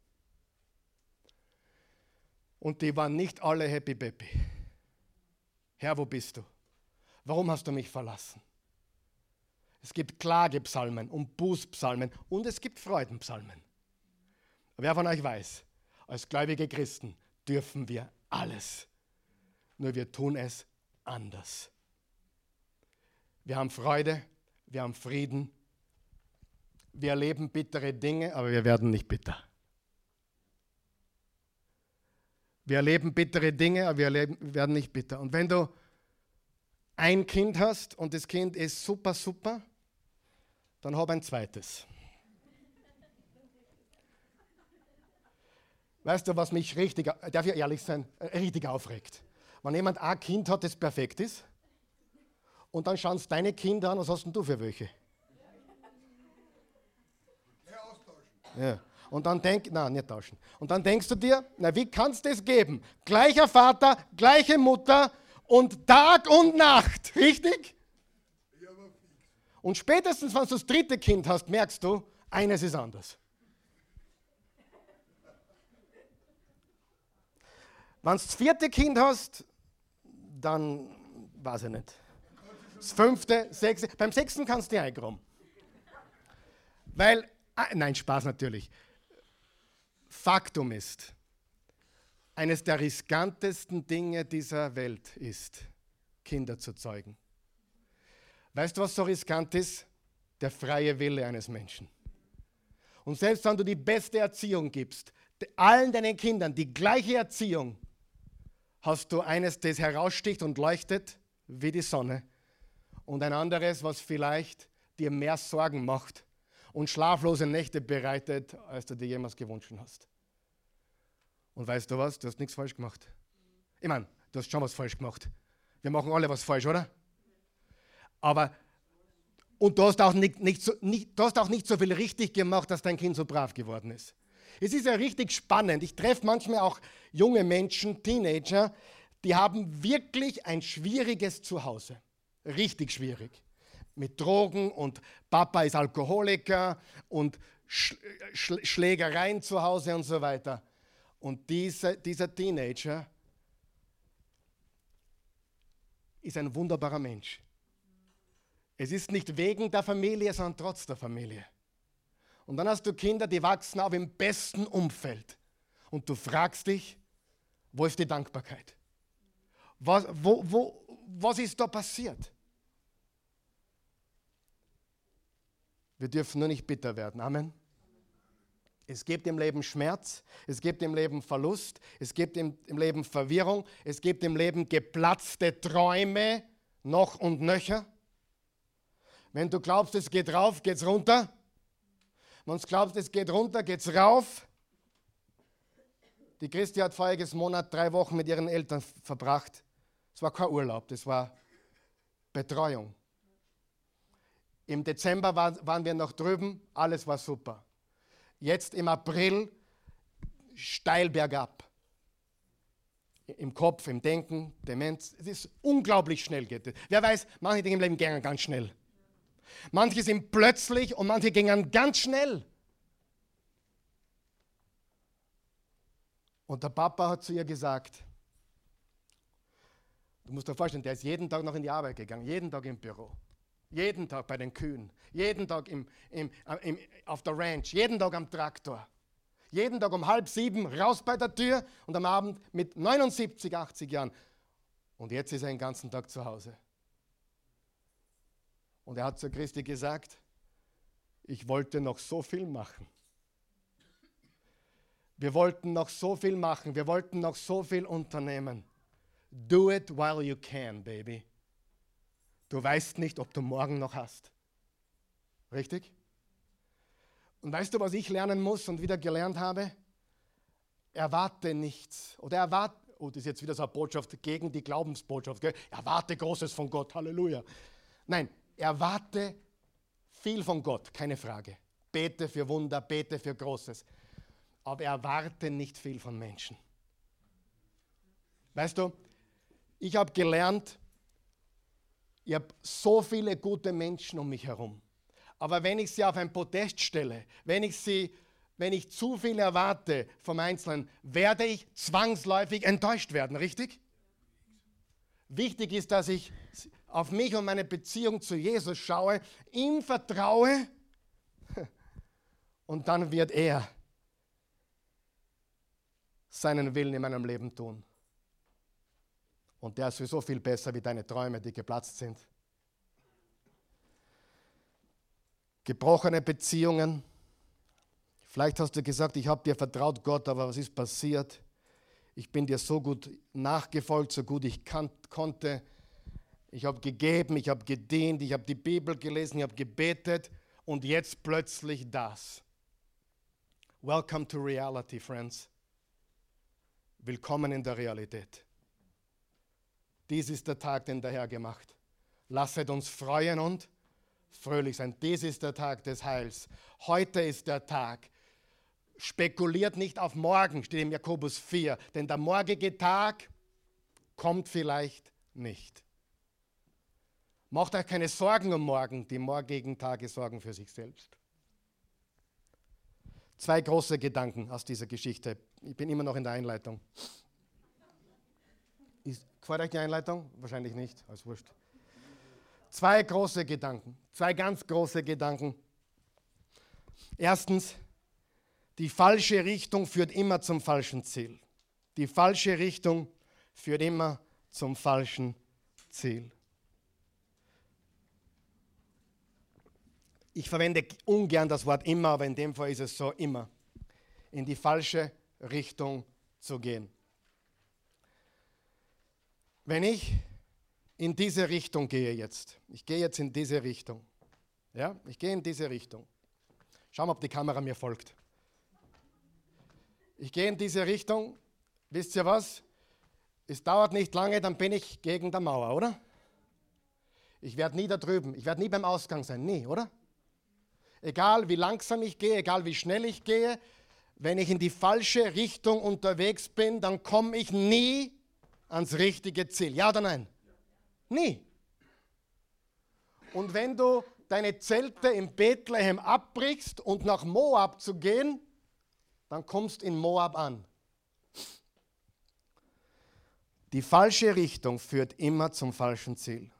Und die waren nicht alle happy peppy. Herr, wo bist du? Warum hast du mich verlassen? Es gibt Klagepsalmen und Bußpsalmen und es gibt Freudenpsalmen. Wer von euch weiß, als gläubige Christen dürfen wir alles. Nur wir tun es anders. Wir haben Freude, wir haben Frieden, wir erleben bittere Dinge, aber wir werden nicht bitter. Wir erleben bittere Dinge, aber wir erleben, werden nicht bitter. Und wenn du ein Kind hast und das Kind ist super, super, dann hab ein zweites. Weißt du, was mich richtig, darf ich ehrlich sein, richtig aufregt? Wenn jemand ein Kind hat, das perfekt ist, und dann schauen es deine Kinder an, was hast denn du für welche? Ja, austauschen. Ja. Und dann denk, nein, nicht tauschen. Und dann denkst du dir, na, wie kannst du das geben? Gleicher Vater, gleiche Mutter und Tag und Nacht, richtig? Ja, aber fix. Und spätestens, wenn du das dritte Kind hast, merkst du, eines ist anders. Wenn du das vierte Kind hast, dann weiß ich nicht. Das fünfte, sechste, beim sechsten kannst du dich eingraben. Weil, ah, nein, Spaß natürlich. Faktum ist, eines der riskantesten Dinge dieser Welt ist, Kinder zu zeugen. Weißt du, was so riskant ist? Der freie Wille eines Menschen. Und selbst wenn du die beste Erziehung gibst, allen deinen Kindern die gleiche Erziehung, hast du eines, das heraussticht und leuchtet wie die Sonne und ein anderes, was vielleicht dir mehr Sorgen macht und schlaflose Nächte bereitet, als du dir jemals gewünscht hast. Und weißt du was? Du hast nichts falsch gemacht. Ich meine, du hast schon was falsch gemacht. Wir machen alle was falsch, oder? Aber, und du hast auch nicht, nicht, so, nicht, du hast auch nicht so viel richtig gemacht, dass dein Kind so brav geworden ist. Es ist ja richtig spannend. Ich treffe manchmal auch junge Menschen, Teenager, die haben wirklich ein schwieriges Zuhause. Richtig schwierig. Mit Drogen und Papa ist Alkoholiker und Sch Sch Schlägereien zu Hause und so weiter. Und diese, dieser Teenager ist ein wunderbarer Mensch. Es ist nicht wegen der Familie, sondern trotz der Familie. Und dann hast du Kinder, die wachsen auf im besten Umfeld. Und du fragst dich, wo ist die Dankbarkeit? Was, wo, wo, was ist da passiert? Wir dürfen nur nicht bitter werden. Amen. Es gibt im Leben Schmerz, es gibt im Leben Verlust, es gibt im, im Leben Verwirrung, es gibt im Leben geplatzte Träume, noch und nöcher. Wenn du glaubst, es geht rauf, geht es runter. Wenn du glaubst, es geht runter, geht es rauf. Die Christi hat voriges Monat drei Wochen mit ihren Eltern verbracht. Es war kein Urlaub, das war Betreuung. Im Dezember war, waren wir noch drüben, alles war super. Jetzt im April steil bergab. Im Kopf, im Denken, Demenz. Es ist unglaublich schnell geht. Wer weiß, manche Dinge im Leben gehen ganz schnell. Manche sind plötzlich und manche gingen ganz schnell. Und der Papa hat zu ihr gesagt, du musst dir vorstellen, der ist jeden Tag noch in die Arbeit gegangen, jeden Tag im Büro, jeden Tag bei den Kühen, jeden Tag im, im, im, auf der Ranch, jeden Tag am Traktor, jeden Tag um halb sieben raus bei der Tür und am Abend mit neunundsiebzig, achtzig Jahren. Und jetzt ist er den ganzen Tag zu Hause. Und er hat zu Christi gesagt, ich wollte noch so viel machen. Wir wollten noch so viel machen. Wir wollten noch so viel unternehmen. Do it while you can, baby. Du weißt nicht, ob du morgen noch hast. Richtig? Und weißt du, was ich lernen muss und wieder gelernt habe? Erwarte nichts. Oder erwarte, oh, das ist jetzt wieder so eine Botschaft gegen die Glaubensbotschaft. Gell? Erwarte Großes von Gott, Halleluja. Nein, erwarte viel von Gott, keine Frage. Bete für Wunder, bete für Großes. Aber erwarte nicht viel von Menschen. Weißt du, ich habe gelernt, ich habe so viele gute Menschen um mich herum. Aber wenn ich sie auf ein Podest stelle, wenn ich, sie, wenn ich zu viel erwarte vom Einzelnen, werde ich zwangsläufig enttäuscht werden, richtig? Wichtig ist, dass ich auf mich und meine Beziehung zu Jesus schaue, ihm vertraue und dann wird er seinen Willen in meinem Leben tun. Und der ist sowieso viel besser wie deine Träume, die geplatzt sind. Gebrochene Beziehungen. Vielleicht hast du gesagt, ich habe dir vertraut, Gott, aber was ist passiert? Ich bin dir so gut nachgefolgt, so gut ich kan- konnte. Ich habe gegeben, ich habe gedient, ich habe die Bibel gelesen, ich habe gebetet und jetzt plötzlich das. Welcome to reality, friends. Willkommen in der Realität. Dies ist der Tag, den der Herr gemacht. Lasset uns freuen und fröhlich sein. Dies ist der Tag des Heils. Heute ist der Tag. Spekuliert nicht auf morgen, steht im Jakobus vier, denn der morgige Tag kommt vielleicht nicht. Macht euch keine Sorgen um morgen, die morgigen Tage sorgen für sich selbst. Zwei große Gedanken aus dieser Geschichte. Ich bin immer noch in der Einleitung. Ist, gefällt euch die Einleitung? Wahrscheinlich nicht, als wurscht. Zwei große Gedanken, zwei ganz große Gedanken. Erstens, die falsche Richtung führt immer zum falschen Ziel. Die falsche Richtung führt immer zum falschen Ziel. Ich verwende ungern das Wort immer, aber in dem Fall ist es so, immer in die falsche Richtung zu gehen. Wenn ich in diese Richtung gehe jetzt, ich gehe jetzt in diese Richtung, ja, ich gehe in diese Richtung. Schauen wir, ob die Kamera mir folgt. Ich gehe in diese Richtung, wisst ihr was? Es dauert nicht lange, dann bin ich gegen der Mauer, oder? Ich werde nie da drüben, ich werde nie beim Ausgang sein, nie, oder? Egal wie langsam ich gehe, egal wie schnell ich gehe, wenn ich in die falsche Richtung unterwegs bin, dann komme ich nie ans richtige Ziel. Ja oder nein? Nie. Und wenn du deine Zelte in Bethlehem abbrichst und nach Moab zu gehen, dann kommst du in Moab an. Die falsche Richtung führt immer zum falschen Ziel.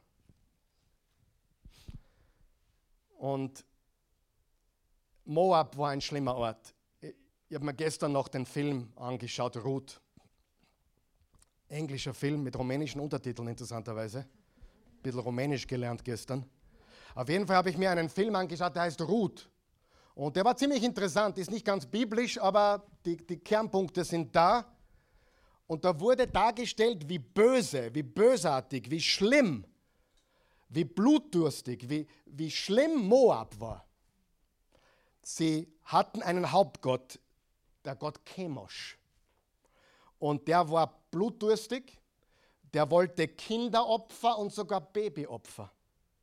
Und Moab war ein schlimmer Ort. Ich habe mir gestern noch den Film angeschaut, Ruth. Englischer Film mit rumänischen Untertiteln, interessanterweise. Ein bisschen Rumänisch gelernt gestern. Auf jeden Fall habe ich mir einen Film angeschaut, der heißt Ruth. Und der war ziemlich interessant, ist nicht ganz biblisch, aber die, die Kernpunkte sind da. Und da wurde dargestellt, wie böse, wie bösartig, wie schlimm, wie blutdurstig, wie, wie schlimm Moab war. Sie hatten einen Hauptgott, der Gott Chemosh. Und der war blutdurstig, der wollte Kinderopfer und sogar Babyopfer.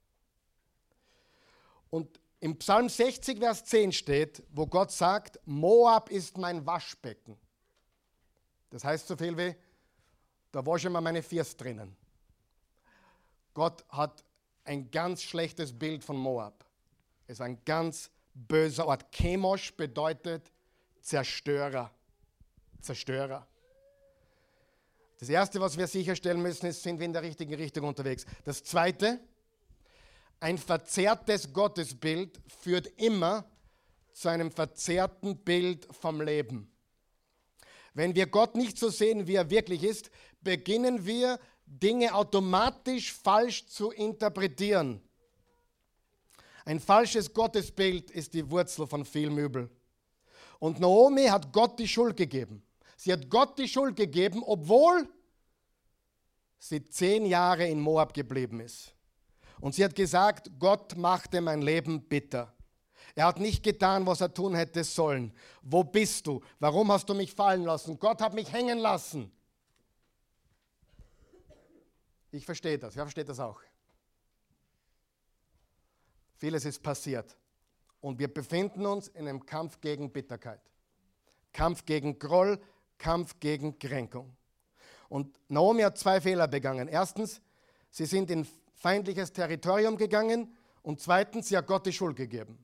Und im Psalm sechzig, Vers zehn steht, wo Gott sagt, Moab ist mein Waschbecken. Das heißt so viel wie, da wasche ich mir meine Füße drinnen. Gott hat ein ganz schlechtes Bild von Moab. Es ist ein ganz böser Ort. Chemosh bedeutet Zerstörer. Zerstörer. Das Erste, was wir sicherstellen müssen, ist, sind wir in der richtigen Richtung unterwegs. Das Zweite, ein verzerrtes Gottesbild führt immer zu einem verzerrten Bild vom Leben. Wenn wir Gott nicht so sehen, wie er wirklich ist, beginnen wir, Dinge automatisch falsch zu interpretieren. Ein falsches Gottesbild ist die Wurzel von vielem Übel. Und Naomi hat Gott die Schuld gegeben. Sie hat Gott die Schuld gegeben, obwohl sie zehn Jahre in Moab geblieben ist. Und sie hat gesagt, Gott machte mein Leben bitter. Er hat nicht getan, was er tun hätte sollen. Wo bist du? Warum hast du mich fallen lassen? Gott hat mich hängen lassen. Ich verstehe das. Wer versteht das auch? Vieles ist passiert. Und wir befinden uns in einem Kampf gegen Bitterkeit. Kampf gegen Groll, Kampf gegen Kränkung. Und Naomi hat zwei Fehler begangen. Erstens, sie sind in feindliches Territorium gegangen. Und zweitens, sie hat Gott die Schuld gegeben.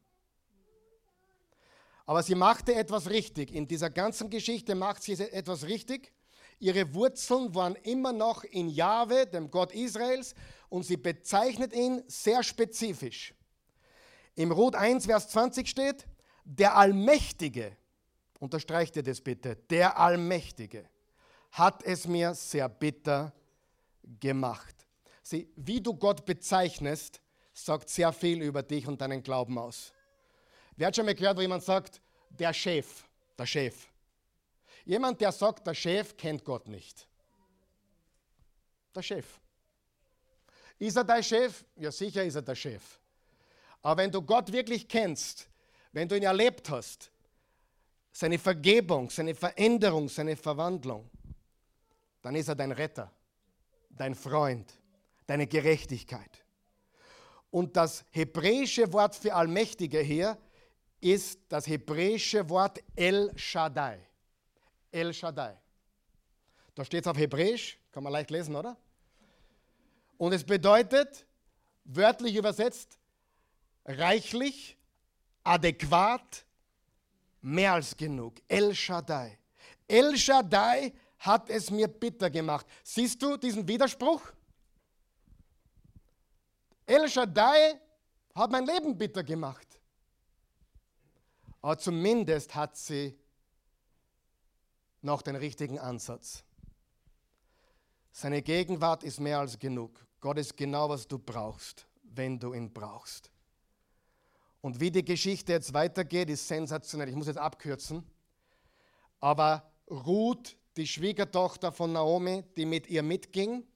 Aber sie machte etwas richtig. In dieser ganzen Geschichte macht sie etwas richtig. Ihre Wurzeln waren immer noch in Jahwe, dem Gott Israels, und sie bezeichnet ihn sehr spezifisch. Im Ruth eins, Vers zwanzig steht, der Allmächtige, unterstreicht ihr das bitte, der Allmächtige hat es mir sehr bitter gemacht. Sieh, wie du Gott bezeichnest, sagt sehr viel über dich und deinen Glauben aus. Wer hat schon mal gehört, wo jemand sagt, der Chef, der Chef. Jemand, der sagt, der Chef kennt Gott nicht. Der Chef. Ist er dein Chef? Ja, sicher ist er der Chef. Aber wenn du Gott wirklich kennst, wenn du ihn erlebt hast, seine Vergebung, seine Veränderung, seine Verwandlung, dann ist er dein Retter, dein Freund, deine Gerechtigkeit. Und das hebräische Wort für Allmächtige hier ist das hebräische Wort El Shaddai. El Shaddai. Da steht es auf Hebräisch, kann man leicht lesen, oder? Und es bedeutet, wörtlich übersetzt, reichlich, adäquat, mehr als genug. El Shaddai. El Shaddai hat es mir bitter gemacht. Siehst du diesen Widerspruch? El Shaddai hat mein Leben bitter gemacht. Aber zumindest hat sie noch den richtigen Ansatz. Seine Gegenwart ist mehr als genug. Gott ist genau, was du brauchst, wenn du ihn brauchst. Und wie die Geschichte jetzt weitergeht, ist sensationell. Ich muss jetzt abkürzen. Aber Ruth, die Schwiegertochter von Naomi, die mit ihr mitging,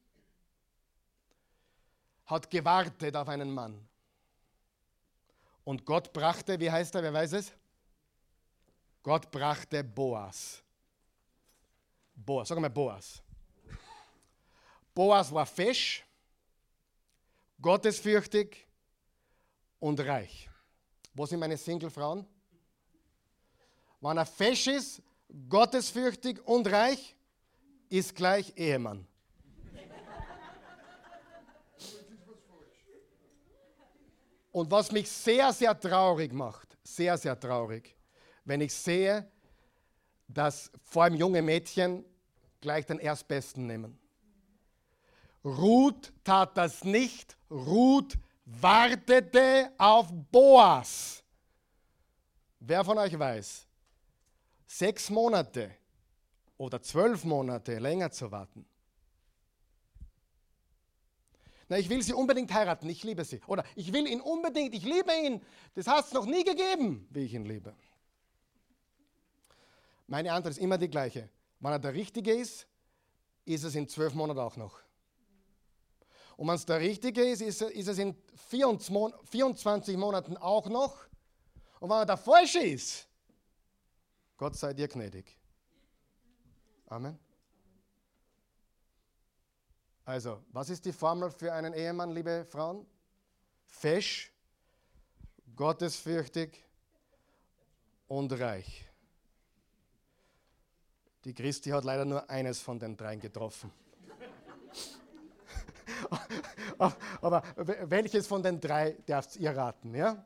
hat gewartet auf einen Mann. Und Gott brachte, wie heißt er, wer weiß es? Gott brachte Boas. Boas, sag mal Boas. Boas war fesch, gottesfürchtig und reich. Wo sind meine Single-Frauen? Wenn er fesch ist, gottesfürchtig und reich, ist gleich Ehemann. Und was mich sehr, sehr traurig macht, sehr, sehr traurig, wenn ich sehe, dass vor allem junge Mädchen gleich den Erstbesten nehmen. Ruth tat das nicht. Ruth wartete auf Boas. Wer von euch weiß, sechs Monate oder zwölf Monate länger zu warten? Na, ich will sie unbedingt heiraten, ich liebe sie. Oder ich will ihn unbedingt, ich liebe ihn. Das hat es noch nie gegeben, wie ich ihn liebe. Meine Antwort ist immer die gleiche. Wenn er der Richtige ist, ist es in zwölf Monaten auch noch. Und wenn es der Richtige ist, ist es in vierundzwanzig Monaten auch noch. Und wenn er der Falsche ist, Gott sei dir gnädig. Amen. Also, was ist die Formel für einen Ehemann, liebe Frauen? Fesch, gottesfürchtig und reich. Die Christi hat leider nur eines von den dreien getroffen. Aber welches von den drei dürft ihr raten? Ja?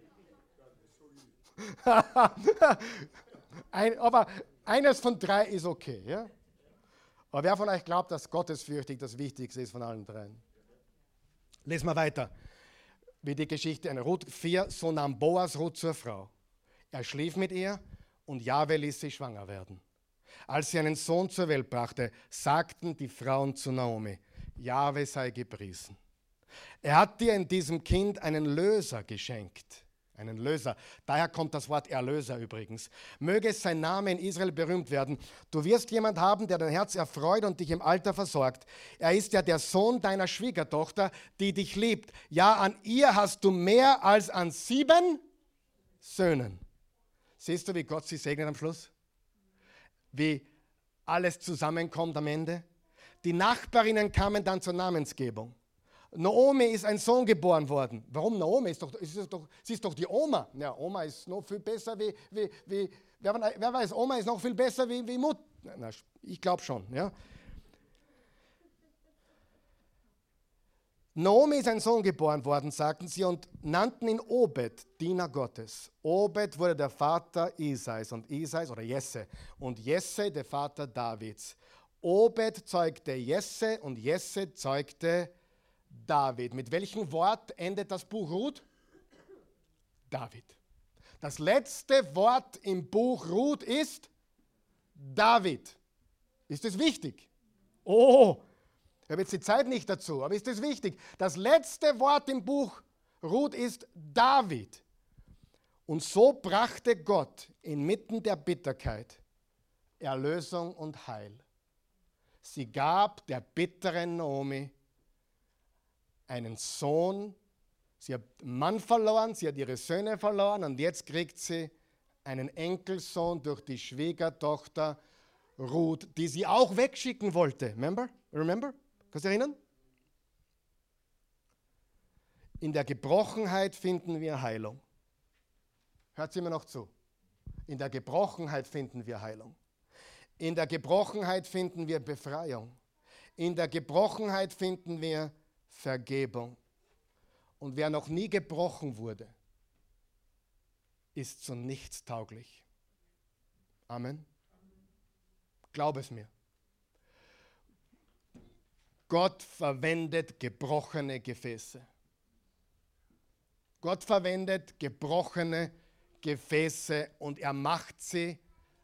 Ein, aber eines von drei ist okay. Ja? Aber wer von euch glaubt, dass gottesfürchtig das Wichtigste ist von allen dreien? Lesen wir weiter. Wie die Geschichte in Ruth vier, so nahm Boas Ruth zur Frau. Er schlief mit ihr und Jahwe ließ sie schwanger werden. Als sie einen Sohn zur Welt brachte, sagten die Frauen zu Naomi, Jahwe sei gepriesen. Er hat dir in diesem Kind einen Löser geschenkt. Einen Löser. Daher kommt das Wort Erlöser übrigens. Möge sein Name in Israel berühmt werden. Du wirst jemand haben, der dein Herz erfreut und dich im Alter versorgt. Er ist ja der Sohn deiner Schwiegertochter, die dich liebt. Ja, an ihr hast du mehr als an sieben Söhnen. Siehst du, wie Gott sie segnet am Schluss? Wie alles zusammenkommt am Ende? Die Nachbarinnen kamen dann zur Namensgebung. Naomi ist ein Sohn geboren worden. Warum Naomi? Ist doch, ist doch, sie ist doch die Oma. Ja, Oma ist noch viel besser wie, wie, wie wer, wer weiß, Oma ist noch viel besser wie, wie Mutter. Na, ich glaube schon. Ja. Naomi ist ein Sohn geboren worden, sagten sie, und nannten ihn Obed, Diener Gottes. Obed wurde der Vater Isais und Isais oder Jesse und Jesse der Vater Davids. Obed zeugte Jesse und Jesse zeugte David. Mit welchem Wort endet das Buch Ruth? David. Das letzte Wort im Buch Ruth ist David. Ist das wichtig? Oh, ich habe jetzt die Zeit nicht dazu, aber ist das wichtig? Das letzte Wort im Buch Ruth ist David. Und so brachte Gott inmitten der Bitterkeit Erlösung und Heil. Sie gab der bitteren Naomi einen Sohn, sie hat einen Mann verloren, sie hat ihre Söhne verloren und jetzt kriegt sie einen Enkelsohn durch die Schwiegertochter Ruth, die sie auch wegschicken wollte. Remember? Remember? Kannst du dich erinnern? In der Gebrochenheit finden wir Heilung. Hört sie mir noch zu? In der Gebrochenheit finden wir Heilung. In der Gebrochenheit finden wir Befreiung. In der Gebrochenheit finden wir Vergebung. Und wer noch nie gebrochen wurde, ist zu nichts tauglich. Amen. Glaub es mir. Gott verwendet gebrochene Gefäße. Gott verwendet gebrochene Gefäße und er macht sie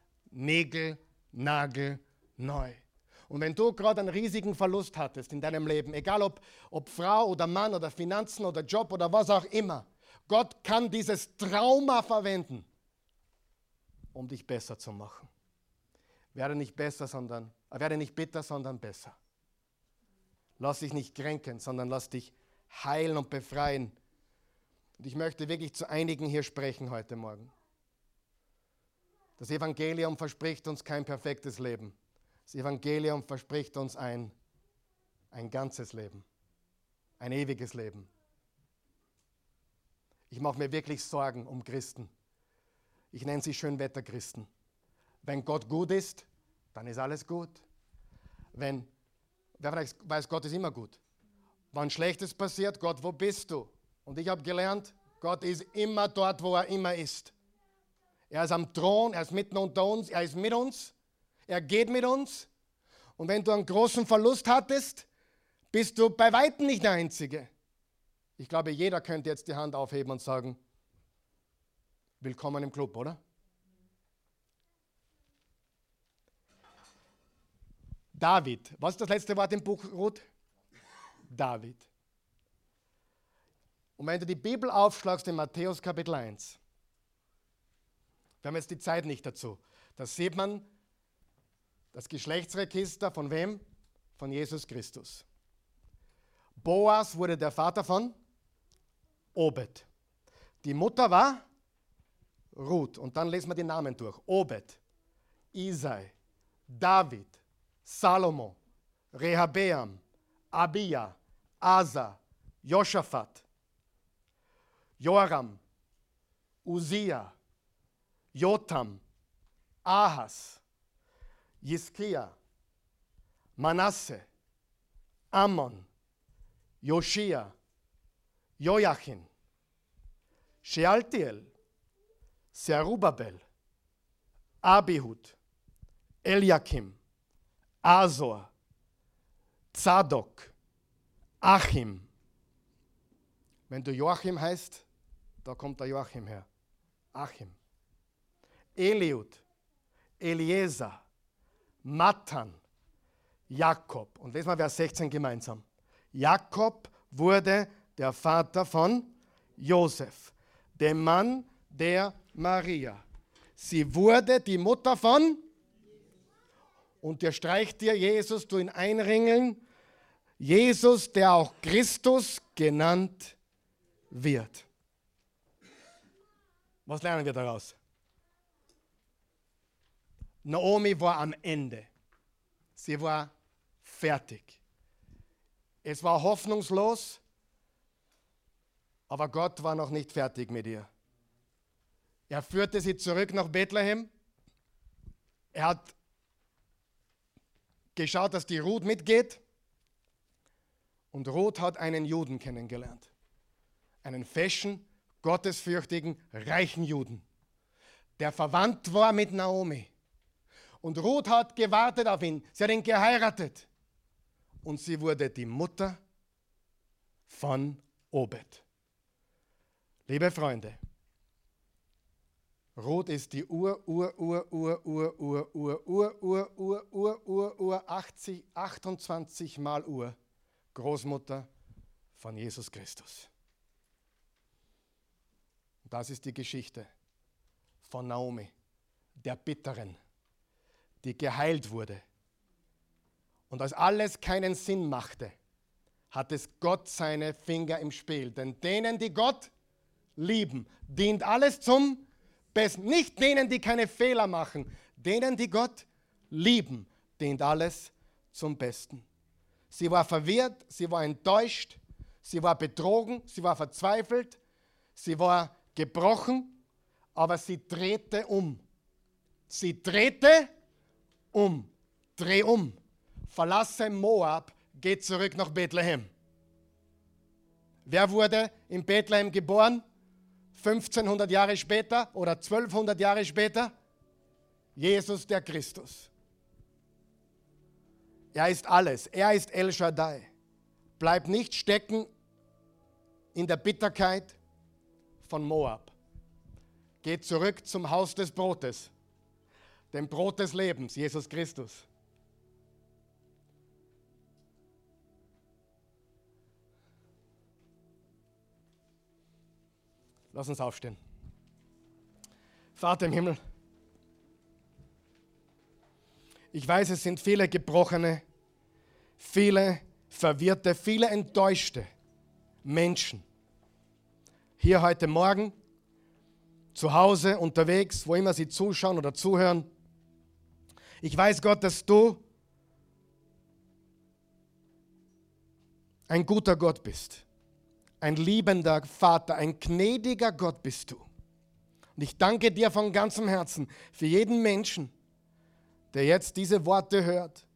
niegelnagelneu. Und wenn du gerade einen riesigen Verlust hattest in deinem Leben, egal ob, ob Frau oder Mann oder Finanzen oder Job oder was auch immer, Gott kann dieses Trauma verwenden, um dich besser zu machen. Werde nicht besser, sondern, werde nicht bitter, sondern besser. Lass dich nicht kränken, sondern lass dich heilen und befreien. Und ich möchte wirklich zu einigen hier sprechen heute Morgen. Das Evangelium verspricht uns kein perfektes Leben. Das Evangelium verspricht uns ein, ein ganzes Leben, ein ewiges Leben. Ich mache mir wirklich Sorgen um Christen. Ich nenne sie Schönwetterchristen. Wenn Gott gut ist, dann ist alles gut. Wenn, wer weiß, Gott ist immer gut. Wenn Schlechtes passiert, Gott, wo bist du? Und ich habe gelernt, Gott ist immer dort, wo er immer ist. Er ist am Thron, er ist mitten unter uns, er ist mit uns. Er geht mit uns und wenn du einen großen Verlust hattest, bist du bei weitem nicht der Einzige. Ich glaube, jeder könnte jetzt die Hand aufheben und sagen, willkommen im Club, oder? David. Was ist das letzte Wort im Buch Ruth? David. Und wenn du die Bibel aufschlagst in Matthäus Kapitel eins, wir haben jetzt die Zeit nicht dazu, da sieht man, das Geschlechtsregister von wem? Von Jesus Christus. Boas wurde der Vater von Obed. Die Mutter war Ruth. Und dann lesen wir die Namen durch. Obed, Isai, David, Salomo, Rehabeam, Abia, Asa, Josaphat, Joram, Uzia, Jotam, Ahas, Hiskia, Manasse, Ammon, Joschia, Joachim, Shealtiel, Zerubbabel, Abihud, Eliakim, Azor, Zadok, Achim. Wenn du Joachim heißt, da kommt der Joachim her. Achim. Eliud, Eliezer, Matan, Jakob. Und lesen wir Vers sechzehn gemeinsam. Jakob wurde der Vater von Josef, dem Mann der Maria. Sie wurde die Mutter von, und der streicht dir Jesus, du ihn einringeln, Jesus, der auch Christus genannt wird. Was lernen wir daraus? Naomi war am Ende. Sie war fertig. Es war hoffnungslos, aber Gott war noch nicht fertig mit ihr. Er führte sie zurück nach Bethlehem. Er hat geschaut, dass die Ruth mitgeht. Und Ruth hat einen Juden kennengelernt. Einen feschen, gottesfürchtigen, reichen Juden, der verwandt war mit Naomi. Und Ruth hat gewartet auf ihn. Sie hat ihn geheiratet. Und sie wurde die Mutter von Obed. Liebe Freunde, Ruth ist die Ur, Ur, Ur, Ur, Ur, Ur, Ur, Ur, Ur, Ur, Ur, Ur, Ur, achtzig, achtundzwanzig Mal Ur, Großmutter von Jesus Christus. Das ist die Geschichte von Naomi, der Bitteren, die geheilt wurde. Und als alles keinen Sinn machte, hat es Gott seine Finger im Spiel. Denn denen, die Gott lieben, dient alles zum Besten. Nicht denen, die keine Fehler machen. Denen, die Gott lieben, dient alles zum Besten. Sie war verwirrt, sie war enttäuscht, sie war betrogen, sie war verzweifelt, sie war gebrochen, aber sie drehte um. Sie drehte um. Dreh um. Verlasse Moab, geh zurück nach Bethlehem. Wer wurde in Bethlehem geboren? fünfzehnhundert Jahre später oder zwölfhundert Jahre später? Jesus der Christus. Er ist alles. Er ist El Shaddai. Bleib nicht stecken in der Bitterkeit von Moab. Geh zurück zum Haus des Brotes, dem Brot des Lebens, Jesus Christus. Lass uns aufstehen. Vater im Himmel, ich weiß, es sind viele Gebrochene, viele Verwirrte, viele enttäuschte Menschen. Hier heute Morgen, zu Hause, unterwegs, wo immer sie zuschauen oder zuhören. Ich weiß, Gott, dass du ein guter Gott bist. Ein liebender Vater, ein gnädiger Gott bist du. Und ich danke dir von ganzem Herzen für jeden Menschen, der jetzt diese Worte hört.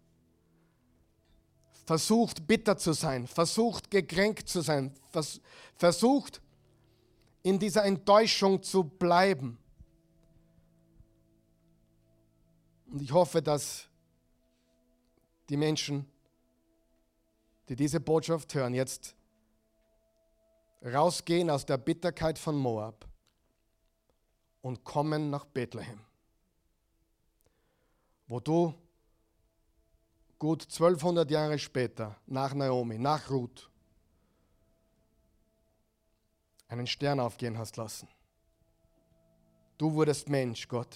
Versucht bitter zu sein, versucht gekränkt zu sein, vers- versucht in dieser Enttäuschung zu bleiben. Und ich hoffe, dass die Menschen, die diese Botschaft hören, jetzt rausgehen aus der Bitterkeit von Moab und kommen nach Bethlehem, wo du gut zwölfhundert Jahre später, nach Naomi, nach Ruth, einen Stern aufgehen hast lassen. Du wurdest Mensch, Gott.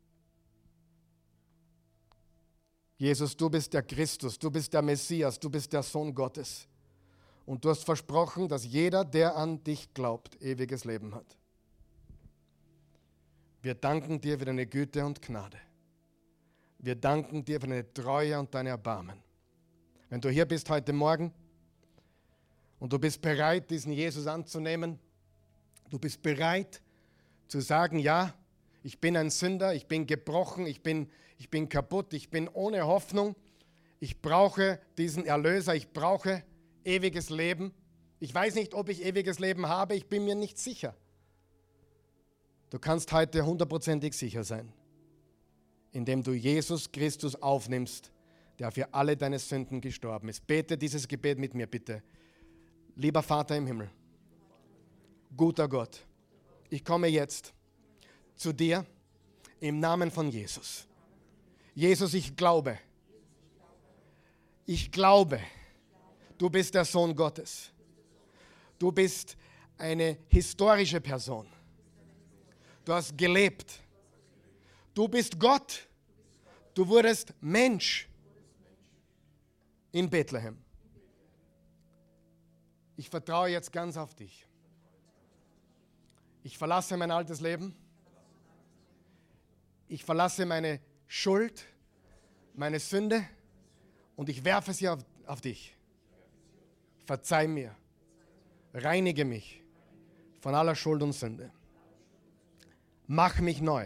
Jesus, du bist der Christus, du bist der Messias, du bist der Sohn Gottes. Und du hast versprochen, dass jeder, der an dich glaubt, ewiges Leben hat. Wir danken dir für deine Güte und Gnade. Wir danken dir für deine Treue und deine Erbarmen. Wenn du hier bist heute Morgen und du bist bereit, diesen Jesus anzunehmen, du bist bereit zu sagen, ja, ich bin ein Sünder, ich bin gebrochen, ich bin, ich bin kaputt, ich bin ohne Hoffnung, ich brauche diesen Erlöser, ich brauche ewiges Leben. Ich weiß nicht, ob ich ewiges Leben habe, ich bin mir nicht sicher. Du kannst heute hundertprozentig sicher sein, indem du Jesus Christus aufnimmst, der für alle deine Sünden gestorben ist. Bete dieses Gebet mit mir, bitte. Lieber Vater im Himmel, guter Gott, ich komme jetzt zu dir im Namen von Jesus. Jesus, ich glaube, ich glaube, Du bist der Sohn Gottes. Du bist eine historische Person. Du hast gelebt. Du bist Gott. Du wurdest Mensch in Bethlehem. Ich vertraue jetzt ganz auf dich. Ich verlasse mein altes Leben. Ich verlasse meine Schuld, meine Sünde und ich werfe sie auf, auf dich. Verzeih mir. Reinige mich von aller Schuld und Sünde. Mach mich neu.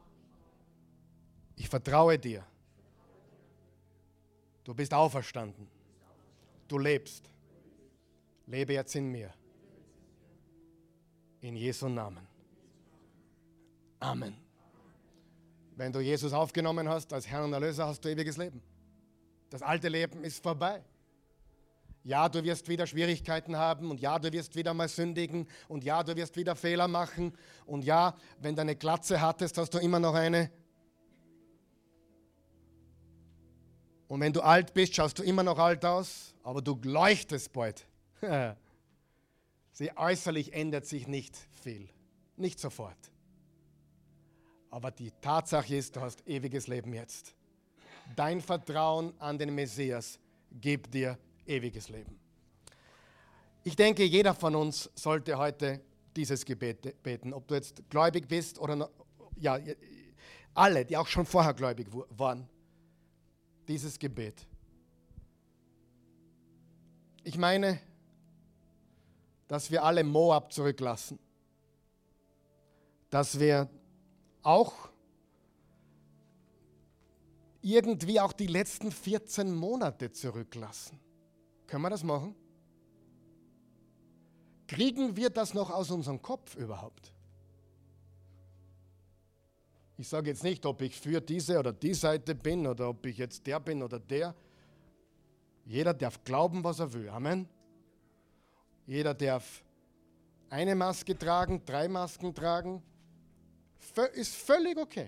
Ich vertraue dir. Du bist auferstanden. Du lebst. Lebe jetzt in mir. In Jesu Namen. Amen. Wenn du Jesus aufgenommen hast als Herrn und Erlöser, hast du ewiges Leben. Das alte Leben ist vorbei. Ja, du wirst wieder Schwierigkeiten haben und ja, du wirst wieder mal sündigen und ja, du wirst wieder Fehler machen und ja, wenn du eine Glatze hattest, hast du immer noch eine. Und wenn du alt bist, schaust du immer noch alt aus, aber du leuchtest bald. Sie äußerlich ändert sich nicht viel, nicht sofort. Aber die Tatsache ist, du hast ewiges Leben jetzt. Dein Vertrauen an den Messias gibt dir ewiges Leben. Ich denke, jeder von uns sollte heute dieses Gebet beten. Ob du jetzt gläubig bist oder noch, ja, alle, die auch schon vorher gläubig waren. Dieses Gebet. Ich meine, dass wir alle Moab zurücklassen. Dass wir auch irgendwie auch die letzten vierzehn Monate zurücklassen. Können wir das machen? Kriegen wir das noch aus unserem Kopf überhaupt? Ich sage jetzt nicht, ob ich für diese oder die Seite bin oder ob ich jetzt der bin oder der. Jeder darf glauben, was er will. Amen. Jeder darf eine Maske tragen, drei Masken tragen. Ist völlig okay.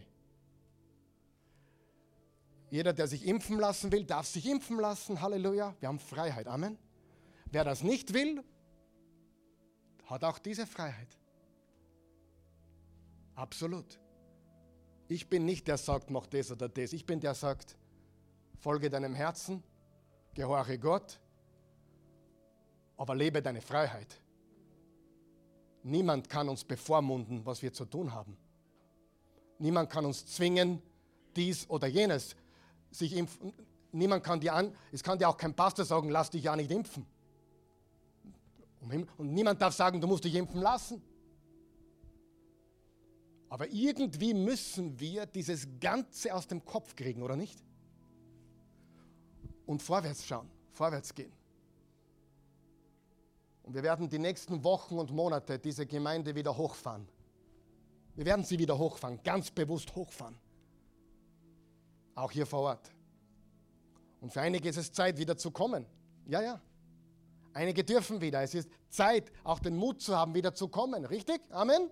Jeder, der sich impfen lassen will, darf sich impfen lassen. Halleluja. Wir haben Freiheit. Amen. Wer das nicht will, hat auch diese Freiheit. Absolut. Ich bin nicht der, der sagt, mach das oder das. Ich bin der, der sagt, folge deinem Herzen, gehorche Gott, aber lebe deine Freiheit. Niemand kann uns bevormunden, was wir zu tun haben. Niemand kann uns zwingen, dies oder jenes sich impfen. Niemand kann dir an, es kann dir auch kein Pastor sagen, lass dich ja nicht impfen. Und niemand darf sagen, du musst dich impfen lassen. Aber irgendwie müssen wir dieses Ganze aus dem Kopf kriegen, oder nicht? Und vorwärts schauen, vorwärts gehen. Und wir werden die nächsten Wochen und Monate diese Gemeinde wieder hochfahren. Wir werden sie wieder hochfahren, ganz bewusst hochfahren. Auch hier vor Ort. Und für einige ist es Zeit, wieder zu kommen. Ja, ja. Einige dürfen wieder. Es ist Zeit, auch den Mut zu haben, wieder zu kommen. Richtig? Amen?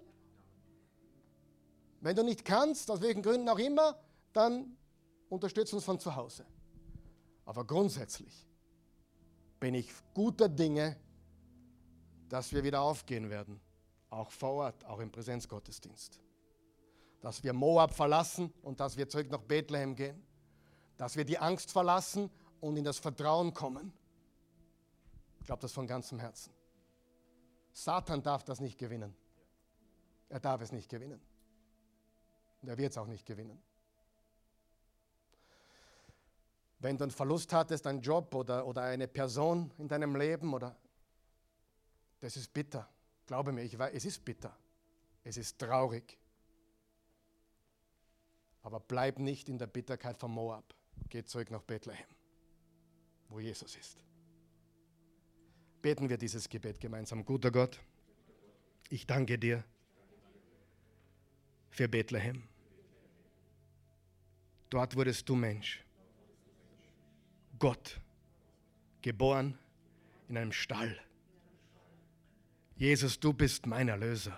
Wenn du nicht kannst, aus welchen Gründen auch immer, dann unterstütze uns von zu Hause. Aber grundsätzlich bin ich guter Dinge, dass wir wieder aufgehen werden. Auch vor Ort, auch im Präsenzgottesdienst. Dass wir Moab verlassen und dass wir zurück nach Bethlehem gehen. Dass wir die Angst verlassen und in das Vertrauen kommen. Ich glaube das von ganzem Herzen. Satan darf das nicht gewinnen. Er darf es nicht gewinnen. Und er wird es auch nicht gewinnen. Wenn du einen Verlust hattest, einen Job oder, oder eine Person in deinem Leben, oder, das ist bitter. Glaube mir, ich weiß, es ist bitter. Es ist traurig. Aber bleib nicht in der Bitterkeit von Moab. Geh zurück nach Bethlehem, wo Jesus ist. Beten wir dieses Gebet gemeinsam. Guter Gott, ich danke dir für Bethlehem. Dort wurdest du Mensch. Gott, geboren in einem Stall. Jesus, du bist mein Erlöser.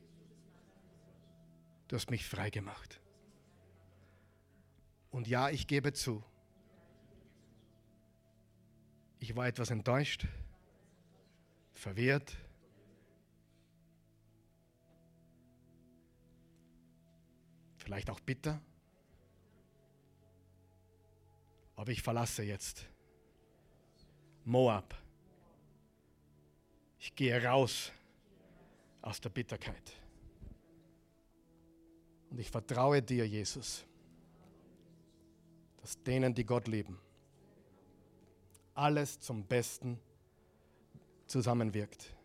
Du hast mich frei gemacht. Und ja, ich gebe zu, Ich war etwas enttäuscht, verwirrt. Vielleicht auch bitter. Aber ich verlasse jetzt Moab. Ich gehe raus aus der Bitterkeit. Und ich vertraue dir, Jesus, dass denen, die Gott lieben, alles zum Besten zusammenwirkt.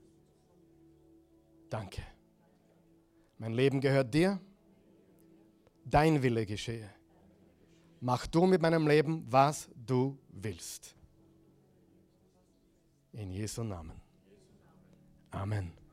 Danke. Mein Leben gehört dir. Dein Wille geschehe. Mach du mit meinem Leben, was du willst. In Jesu Namen. Amen.